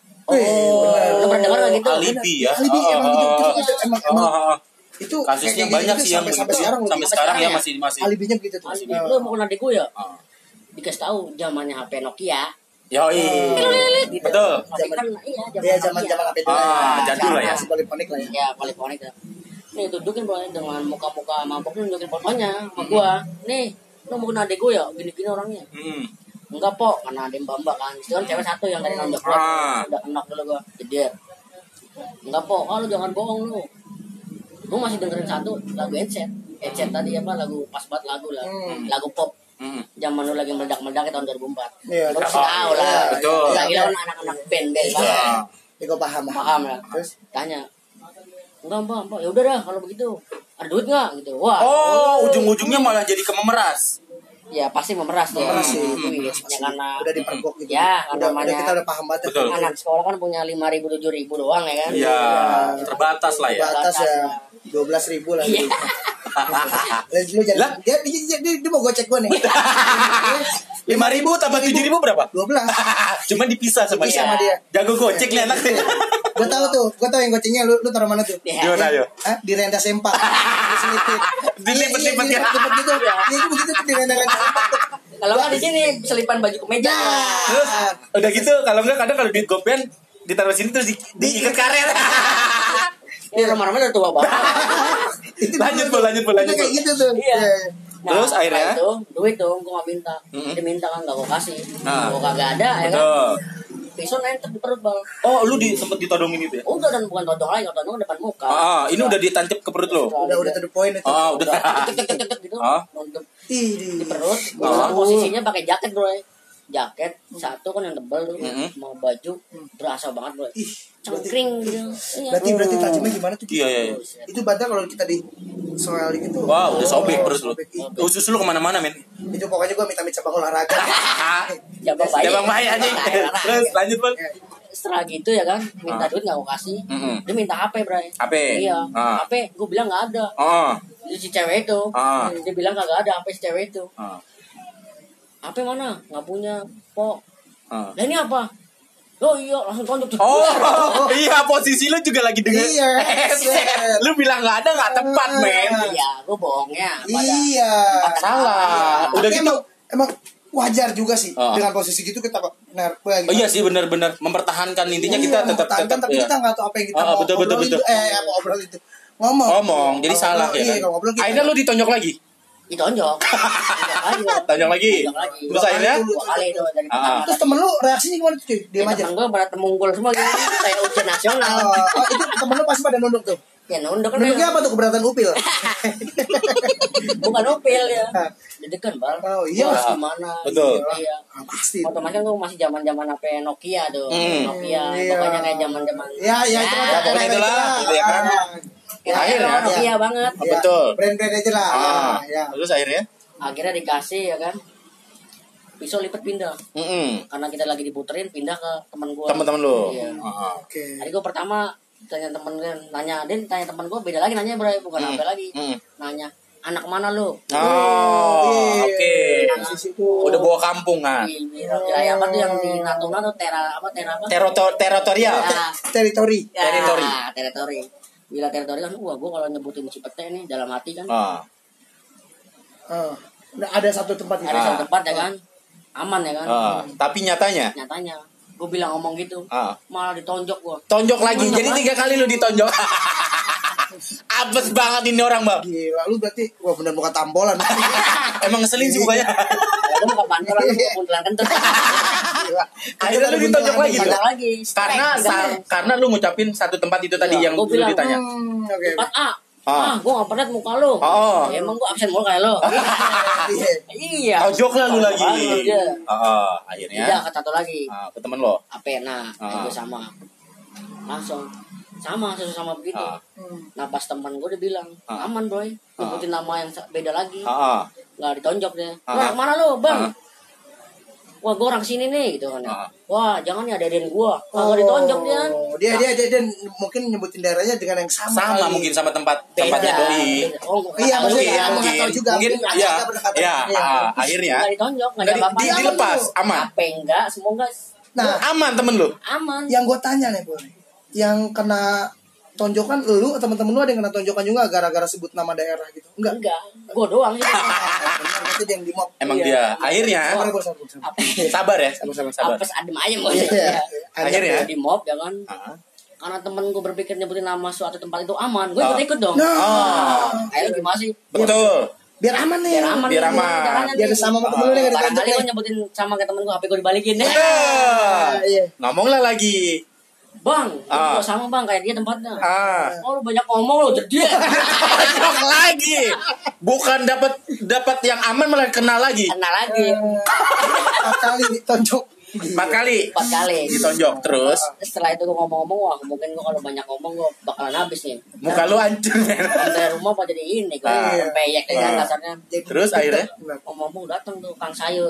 Lu pernah dengar enggak gitu? Alibi ya. Alibi emang gitu. Emang itu kasusnya banyak sih yang sampai sekarang ya masih alibinya begitu tuh. Alibi lu mau adik gue ya? Dikasih tahu zamannya HP Nokia. Yoi. Betul. Zaman HP itu. Jadul lah ya. Masih poliponik lah ya. Ya, poliponik lah. Nih tunjukin boy dengan muka-muka mabok, nunjukin fotonya sama gua. Nih, lu mau kena adik gue ya? Gini-gini orangnya. Enggak, Po, karena ada mbak kan. Itu kan cewek satu yang dari nonjok udah enak dulu gua. Jeder. Enggak, Po, lu jangan bohong lu. Gua masih dengerin satu lagu Headset tadi lagu pas banget lagu lah. Lagu pop. Zaman lu lagi meledak-meledak tahun 2004. Iya, terus tahu lah. Betul. Lagi lawan anak-anak band banget. Gue paham lah. Terus tanya, enggak mbak, ya udah dah kalau begitu. Ada duit nggak gitu? Wah. Ujung-ujungnya malah jadi kememeras. Ya pasti memeras tuh. Memeras sih. Karena udah dipergok gitu. Ya, udah kita udah paham banget. Betul. Anak sekolah kan punya 5.000 7.000 doang ya kan? Iya, terbatas lah ya. Terbatas ya. 12.000 lah. Lu jangan dia mau gocek gue nih. 5.000 tambah 7.000 berapa? 12. Cuma dipisah sama dia. Jago gocek nih anak. Gue tahu yang gocengnya lu taruh mana tuh? Gimana ayo? Di renda sempak. Dilipet-lipet ya. Gitu. Iya begitu tuh di renda sempak. Kalau kan di sini selipan baju kemeja. Terus udah gitu kalau enggak kadang kalau duit gopen ditaruh sini terus diikat karet. Ini rumah-rumah udah tua banget. Lanjut. Kayak gitu tuh. Iya. Terus akhirnya duit dong gue gak minta. Dia minta kan gak gue kasih. Gue kagak ada ya kan. Pisau nempel di perut bang. Oh lu sempet ditodongin itu ya? Udah dan bukan todong lagi, todong depan muka. Ini udah ditancap ke perut lo? Udah to the point itu. Udah. Gitu. Nonton di perut. Posisinya pakai jaket bro. Jaket satu kan yang tebal tuh, mau baju berasa banget bro. Cengkring gitu. Berarti tajamnya gimana tuh? Iya. Itu badan kalau kita di soalin itu. Wow, udah sobek perut lu. Usus lu kemana-mana men. Itu pokoknya gue minta cabang olahraga. Jabang bayi aja. Terus lanjut bang. Setelah gitu ya kan, minta duit gak gue kasih. Dia minta HP bro. HP? Iya. HP gue bilang gak ada. Si cewek itu. Dia bilang kagak ada HP si cewek itu. HP mana? Nggak punya, Po. Nah ini apa? Oh iya, langsung tonjok. Iya, posisi lu juga lagi denger. Iya. Lu bilang nggak ada nggak tepat, men. Iya, gue bohongnya. Iya. Salah. Udah gitu. Emang wajar juga sih dengan posisi gitu kita gitu. Iya sih benar-benar mempertahankan intinya kita tetap tapi kita nggak tahu apa yang kita mau betul. obrol itu. Ngomong. Jadi salah ya. Akhirnya lu ditonjok lagi. Ditonjok lagi. Terus akhirnya 2 kali itu dari pertama. Terus temen lu reaksinya gimana tuh cuy? Diam aja. Temen gue pada temunggul semua gitu. Kayak ujian nasional. Itu temen lu pasti pada nunduk tuh. Ya nunduk kan. Nunduknya apa tuh, keberatan upil? Bukan upil ya. Jadi kan bang. Oh iya. Gimana? Betul. Iya. Pasti. Otomatis gue masih zaman-zaman HP Nokia tuh. Nokia. Pokoknya kayak zaman-zaman. Ya itu. Pokoknya itulah. Gitu ya kan. Akhirnya Nokia banget. Betul. Brand-brand aja lah. Terus akhirnya dikasih ya kan. Pisau lipat pindah. Karena kita lagi diputerin, pindah ke teman gue. Teman-teman lu. Iya. Oke. Tadi gue pertama tanya temen gue, tanya teman gue beda lagi nanya bro, bukan apa lagi. Nanya anak mana lu? Oke. Udah bawa kampung kan. Wilayah apa tuh yang di Natuna tuh teritorial. Teritori. Teritori. Wilayah teritori kan, gue kalau nyebutin Cipete nih dalam hati kan. Nah, ada satu tempat itu. Ada satu tempat ya kan, aman ya kan. Tapi nyatanya, gue bilang ngomong gitu, malah ditonjok gue. Tonjok lagi, jadi 3 kali lu ditonjok. Apes banget ini orang, Bang. Gila, lu berarti wah bener muka tambolan. Emang ngeselin sih mukanya. Lu muka pantolan, lu buntelan kentut. Akhirnya lu ditonjok lagi. Karena lu ngucapin satu tempat itu tadi yang lu ditanya. Tempat A. Gue gak pernah muka lu. Emang gue absen mulu kayak lu. Iya. Tojok lah lu lagi. Akhirnya. Iya, ke satu lagi. Ke temen lo. Apena, itu sama. Langsung sama begitu. Nah pas teman gue udah bilang aman boy, nyebutin nama yang beda lagi, nggak ditonjok dia. Wah kemana lo bang? Wah gue orang sini nih gitu kan. Wah jangan ya ada gue, nggak ditonjok dia. Dia mungkin nyebutin daerahnya dengan yang sama mungkin sama tempatnya doi. Iya mungkin akhirnya nggak ditonjok, nggak ada apa-apa. Dilepas aman. Apa enggak, semoga aman temen lu. Aman. Yang gue tanya nih boy, yang kena tonjokan lu teman-teman lu ada yang kena tonjokan juga gara-gara sebut nama daerah gitu? Enggak, gue doang sih. Itu yang di mob. Emang dia akhirnya sabar ya. Apes adem ayam bos. Akhirnya di mob ya kan. Karena temen gue berpikir nyebutin nama suatu tempat itu aman, gue ikut dong. Ayo gimana sih? Betul. Biar aman nih. Biar aman. Biar sama temen lu nih. Barangkali gue nyebutin sama ke temen gue, HP gue dibalikin. Ngomonglah lagi. Bang, gue sama bang kayak dia tempatnya. Oh lu banyak ngomong lo jadi. Tonjok lagi. Bukan dapat yang aman malah kenal lagi. Kenal lagi. 4 kali ditonjok. 4 kali ditonjok terus. Setelah itu gue ngomong-ngomong, wah mungkin gue kalau banyak ngomong gue bakalan habis nih. Muka lu hancur men. Dari rumah apa jadi ini gue peyek dengan kasarnya. Terus akhirnya ngomong datang tuh kang sayur.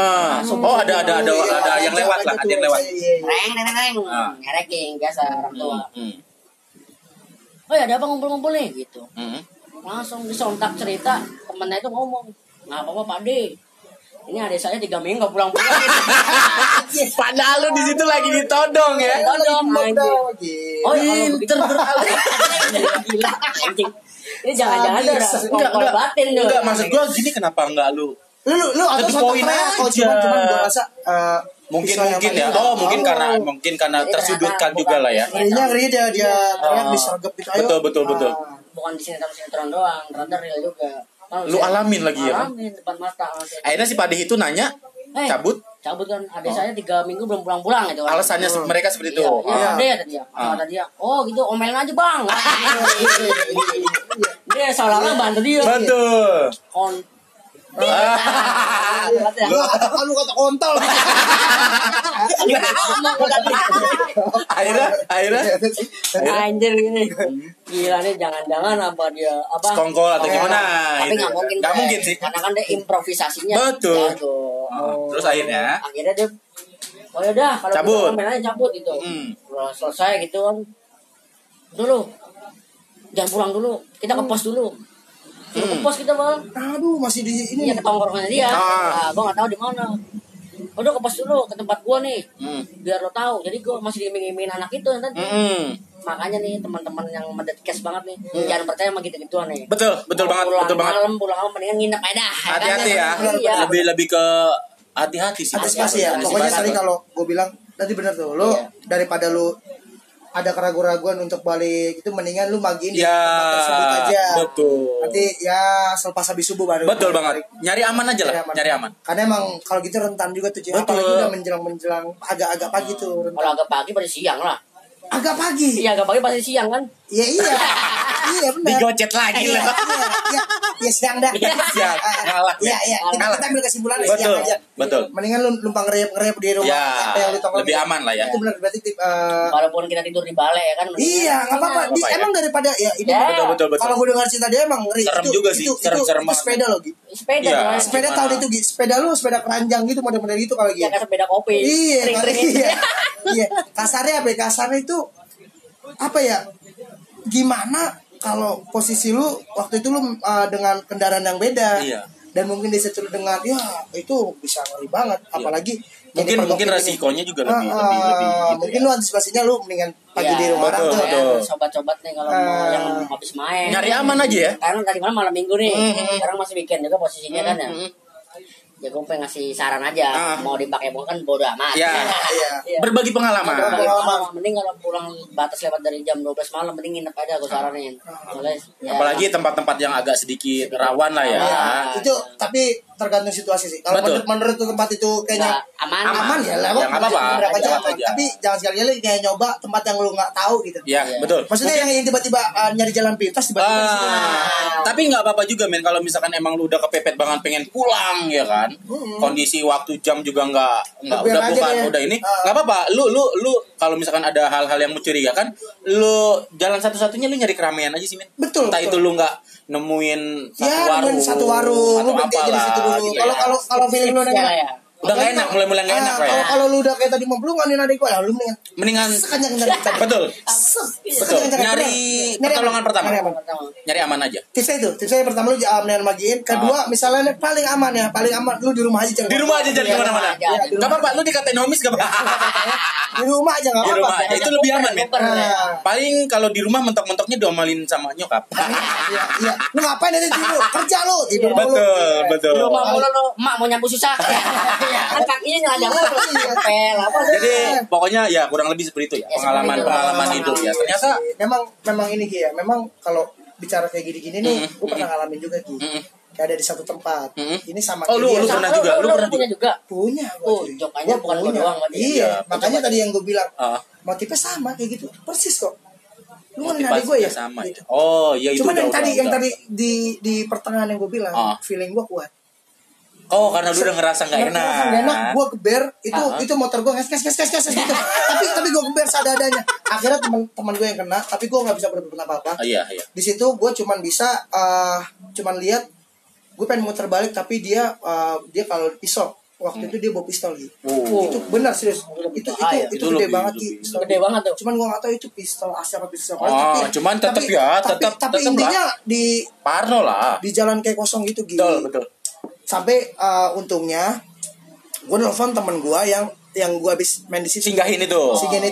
Ada yang lewat lah, ada yang lewat. Reng ngereking biasa orang tua. Oh ya ada apa ngumpul-ngumpul nih gitu. Langsung disontak cerita temennya itu ngomong, nggak apa-apa Pak De. Ini adik saya 3 minggu gak pulang-pulang. Padahal lu di situ lagi ditodong ya. Ditodong anjing. Oh ya kalau begitu gila anjing. Ini jangan-jangan enggak batin dong. Enggak maksud gua gini kenapa enggak lu atau poin aja. Cuman gua rasa mungkin ya. Mungkin karena tersudutkan juga lah ya. Ngeri dia teriak disergap gitu ayo. Betul. Bukan di sinetron doang, ternyata real juga. Lu alamin lagi ya kan? Alamin depan mata. Akhirnya si Pade itu nanya cabut kan adik saya 3 minggu belum pulang gitu kan. Alasannya mereka seperti itu. Iya kata dia. Oh gitu omelin aja bang. Dia seolah-olah bantu dia. Betul. Lu kata kontol. Akhirnya anjir gini. Gila nih jangan-jangan apa dia sekongkol atau gimana. Tapi gitu. Nggak mungkin sih. Karena kan dia improvisasinya. Betul. Terus akhirnya dia oh yaudah kalau cabut. Cabut gitu. Udah selesai gitu kan. Dulu jangan pulang dulu, kita ke pos dulu. Ke pos kita bang. Aduh masih di ini. Iya ke tongkrongannya dia. Nah, gue nggak tahu di mana. Udah ke pos dulu ke tempat gue nih. Biar lo tahu. Jadi gue masih diiming-imingin anak itu yang tadi. Makanya nih teman-teman yang mendet cash banget nih, jangan percaya sama gitu-gituan nih. Betul banget. Pulang malam mendingan nginep aja dah. Hati-hati ya. Lebih ke hati-hati sih. Antisipasi ya. Pokoknya tadi kalau gue bilang tadi benar tuh. Lo daripada lo ada keraguan-raguan untuk balik itu mendingan lu magiin di tempat tersebut aja. Betul. Nanti ya selepas habis subuh baru. Betul banget. Nyari aman aja lah. Nyari aman. Karena emang kalau gitu rentan juga tuh. Apalagi udah menjelang agak-agak pagi tuh. Kalau agak pagi pada siang lah. Agak pagi. Iya agak pagi pasti siang kan. Iya. Iya benar. Digocet lagi lah. Iya siang dah. Siang. Ngalah. Iya. Kita ambil kesimpulan siang aja. Betul. Mendingan lu numpang ngerep di rumah. Ya. Lebih aman lah ya. Itu benar berarti walaupun kita tidur di balai ya kan. Iya nggak apa-apa. Emang daripada ya ini. Betul. Kalau gue dengar cerita dia emang ngeri. Serem juga sih. Serem. Sepeda loh gitu. Sepeda tahun itu sepeda lu sepeda keranjang gitu model-model gitu kalau gitu. Ya kan sepeda kopi. Iya. Kasarnya itu apa ya? Gimana kalau posisi lu waktu itu lu dengan kendaraan yang beda dan mungkin disetul dengan ya itu bisa ngeri banget apalagi mungkin resikonya juga lebih mungkin lu antisipasinya lu mendingan pagi di rumah tuh sobat-sobat nih kalau mau yang habis main nyari aman aja ya karena tadi malam minggu nih sekarang masih weekend juga posisinya kan ya Ya gue pengen ngasih saran aja, mau dipakai mau kan bodo amat. Iya. Berbagi pengalaman. Mending kalau pulang batas lewat dari jam 12 malam, mending nginep aja gue saranin. Apalagi tempat-tempat yang agak sedikit rawan lah ya. Itu tapi tergantung situasi sih. Kalau menurut tempat itu kayaknya aman ya lewat berapa jam. Tapi jangan sekali-kali kayak nyoba tempat yang lu nggak tahu gitu. Iya, betul. Maksudnya yang tiba-tiba nyari jalan pintas tiba-tiba tapi nggak apa-apa juga men kalau misalkan emang lu udah kepepet banget pengen pulang ya kan. Kondisi waktu jam juga nggak udah bukan udah ini nggak apa-apa. Lu kalau misalkan ada hal-hal yang mencurigakan, lu jalan satu-satunya lu nyari keramaian aja sih men. Betul. Entah itu lu nggak nemuin satu warung atau apalah. Kalau feeling lu udah nggak enak, mulai nggak enak ya. Kalau lu udah kayak tadi mau pelungan adik gua, lu mendingan sekenyang kita. Betul. Nyari pertolongan pertama. Nyari aman aja. Tipsnya pertama lu mendingan magiin. Kedua misalnya paling aman lu di rumah aja jangan. Di rumah aja jangan kemana-mana. Nggak apa-apa, lu dikatain homies nggak apa-apa. Di rumah aja nggak apa-apa. Itu lebih aman men. Paling kalau di rumah mentok-mentoknya diomelin sama nyokap. Iya. Lu ngapain aja tidur? Kerja lu tidur. Betul. Di rumah mulu lu, emak mau nyapu susah. Kan kakinya nyadang Jadi pokoknya ya kurang lebih seperti itu ya pengalaman hidup ya. Ternyata memang ini Ki ya. Memang kalau bicara kayak gini-gini nih, gue pernah ngalamin juga Ki. Kayak ada di satu tempat. Ini sama lu pernah juga. Lu pernah juga. Punya. Jokanya bukan gue doang. Iya, makanya tadi yang gue bilang motifnya sama kayak gitu. Persis kok. Lu kan adik gue ya. Sama ya. Oh, iya itu. Cuman yang tadi di pertengahan yang gue bilang, feeling gue kuat. Oh, karena lu udah ngerasa nggak enak. Gue geber itu motor gue nges gitu. tapi gue geber seadanya. Akhirnya teman gue yang kena, tapi gue nggak bisa berbuat apa-apa. Iya. Di situ gue cuman bisa lihat, gue pengen muter balik, tapi dia kalau pisau waktu itu dia bawa pistol gitu. Itu benar serius. Itu gede banget gitu. Gede banget tuh. Cuman gue nggak tahu itu pistol asli apa pistol. Cuman tetap intinya di Parno lah. Di jalan kayak kosong gitu gitu. Betul. Sampai untungnya gue nelfon temen gue yang gue habis main di situ. Singgahin itu.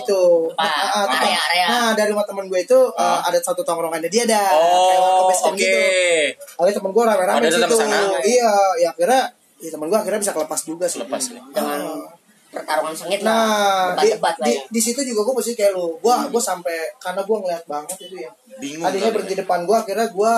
Area. Nah dari rumah temen gue itu ada satu tongkrongan dia ada. Oke. Gitu. Akhirnya temen gue rame-rame di situ. Iya, ya akhirnya temen gue akhirnya bisa kelepas juga sih. Dengan pertarungan sengit lah. Di situ juga gue mesti kayak lu. Gue sampai karena gue ngeliat banget itu ya. Bingung. Tadinya berhenti depan gue, akhirnya gue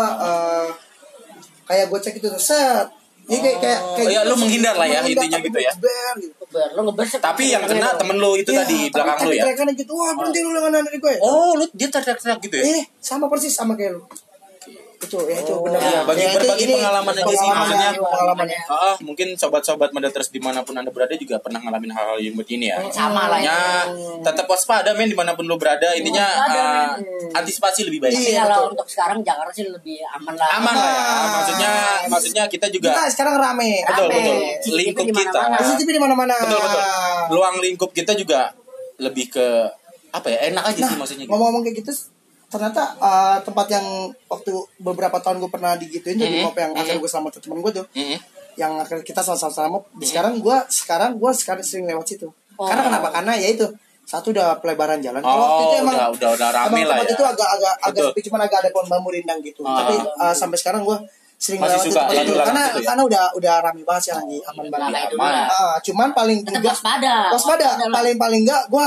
kayak gue cek itu set. Ini kayak lu menghindar lah ya intinya gitu ya. Lu ngeber. Tapi yang kena temen lu itu tadi belakang lu ya. Tapi gitu, wah berhenti lu dengan dari gue. Oh, lu dia teriak-teriak gitu ya? Sama persis sama kayak lu. Itu benar ya. Berbagi pengalaman aja sih maksudnya. Pengalamannya. Mungkin sobat-sobat Medaters dimanapun anda berada juga pernah ngalamin hal-hal yang begini ya. Sama lah ya. Tetap waspada men dimanapun lu berada. Intinya antisipasi lebih baik. Kalau untuk sekarang Jakarta sih lebih aman lah. Aman lah ya. Maksudnya kita juga. Kita sekarang rame. Betul. Lingkup kita. CCTV di mana-mana. Betul. Luang lingkup kita juga lebih ke apa ya? Enak aja sih maksudnya. Ngomong-ngomong kayak gitu. Ternyata tempat yang waktu beberapa tahun gue pernah digituin tuh di Mop yang akhirnya gue selamat temen gue tuh, yang akhirnya kita sama-sama sekarang gue sering lewat situ. Karena kenapa? Karena ya itu satu udah pelebaran jalan. Waktu itu emang udah rame lah ya. Tempat itu agak sepi, cuma agak ada pohon bambu rindang gitu. Tapi sampai sekarang gue sering lewat itu karena udah rame banget sih lagi aman banget. Cuman paling enggak waspada. Paling enggak gue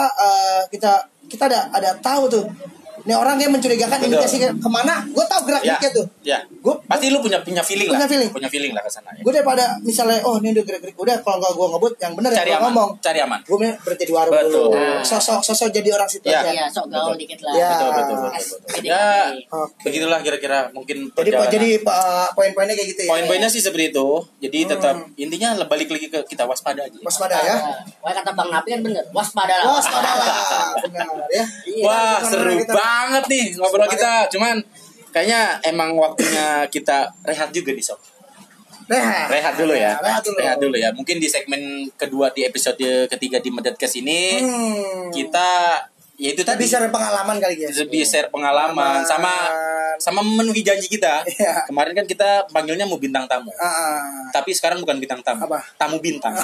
kita ada tahu tuh. Ini orang kayak mencurigakan indikasi kemana, gue tahu gerak-geriknya tuh. Ya. Pasti lu punya feeling lah. Punya feeling lah kesana. Ya. Gue daripada misalnya, ini udah gerak-gerik, udah kalau nggak gue ngebut, yang benar ya gue ngomong. Cari aman. Gue berhenti di warung dulu. Sosok jadi orang situ aja. Iya, sok gaul dikit lah. Betul. Ya, begitulah kira-kira mungkin. Jadi poin-poinnya kayak gitu ya. Poin-poinnya sih seperti itu. Jadi tetap intinya balik lagi ke kita waspada aja. Waspada ya. Wah kata Bang Napi kan bener, waspada lah. Benar ya. Wah seru banget nih ngobrol kita. Cuman kayaknya emang waktunya kita rehat juga nih sob. Rehat dulu ya. Mungkin di segmen kedua di episode ketiga di Medatcast ini kita ya itu tadi share pengalaman kali ya. Lebih share pengalaman sama memenuhi janji kita. Kemarin kan kita panggilnya mau bintang tamu. Tapi sekarang bukan bintang tamu. Tamu bintang.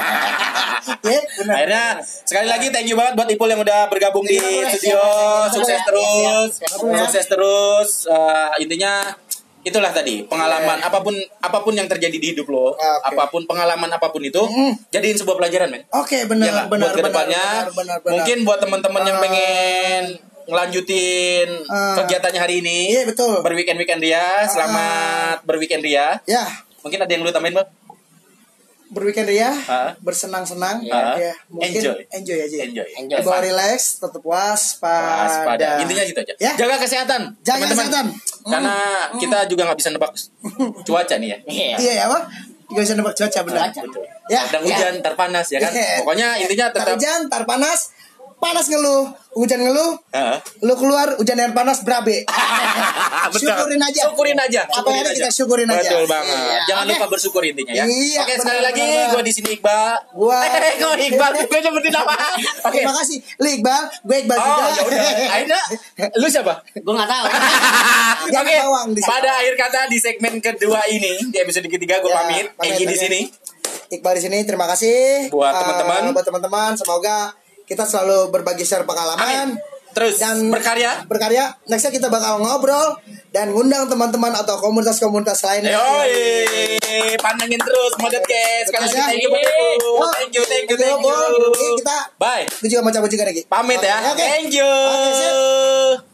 Akhirnya sekali lagi thank you banget buat Ipul yang udah bergabung di studio. Sukses terus. Intinya itulah tadi pengalaman apapun yang terjadi di hidup lo, apapun pengalaman apapun itu jadiin sebuah pelajaran, men. Oke, benar buat kedepannya mungkin buat teman-teman yang pengen ngelanjutin kegiatannya hari ini. Iya, betul. Berweekend Ria, selamat berweekend Ria. Ya. Mungkin ada yang lu tambahin, Bang? Berweekend Ria, bersenang-senang, ya. Mungkin enjoy aja. Bawa relax, tetap waspada. Intinya gitu aja. Ya? Jaga kesehatan, teman-teman. Karena kita juga nggak bisa nebak cuaca nih ya. Iya ya, Bang. Gak bisa nebak cuaca, benar. Ya. Kadang hujan, ntar panas ya kan. Pokoknya intinya tetap hujan, ntar panas ngeluh, hujan ngeluh, lu keluar hujan dan panas berabe. Syukurin aja. Apa yang kita syukurin aja. Betul banget. Jangan lupa bersyukur intinya ya. Oke, sekali lagi gue di sini Iqbal. Gue nyebutin nama. Terima kasih, Iqbal. Gue Iqbal juga. Oh, ya udah. Akhirnya lu siapa? Gue nggak tahu. Oke. Pada akhir kata di segmen kedua ini, di episode ketiga gue pamit. Egy di sini. Iqbal di sini. Terima kasih buat teman-teman. Semoga kita selalu berbagi share pengalaman. Terus dan berkarya. Nextnya kita bakal ngobrol dan ngundang teman-teman atau komunitas-komunitas lainnya. Pantengin terus Modetcast. Thank you. Kita bye. Gue juga mau cabut juga lagi. Pamit ya. Thank you.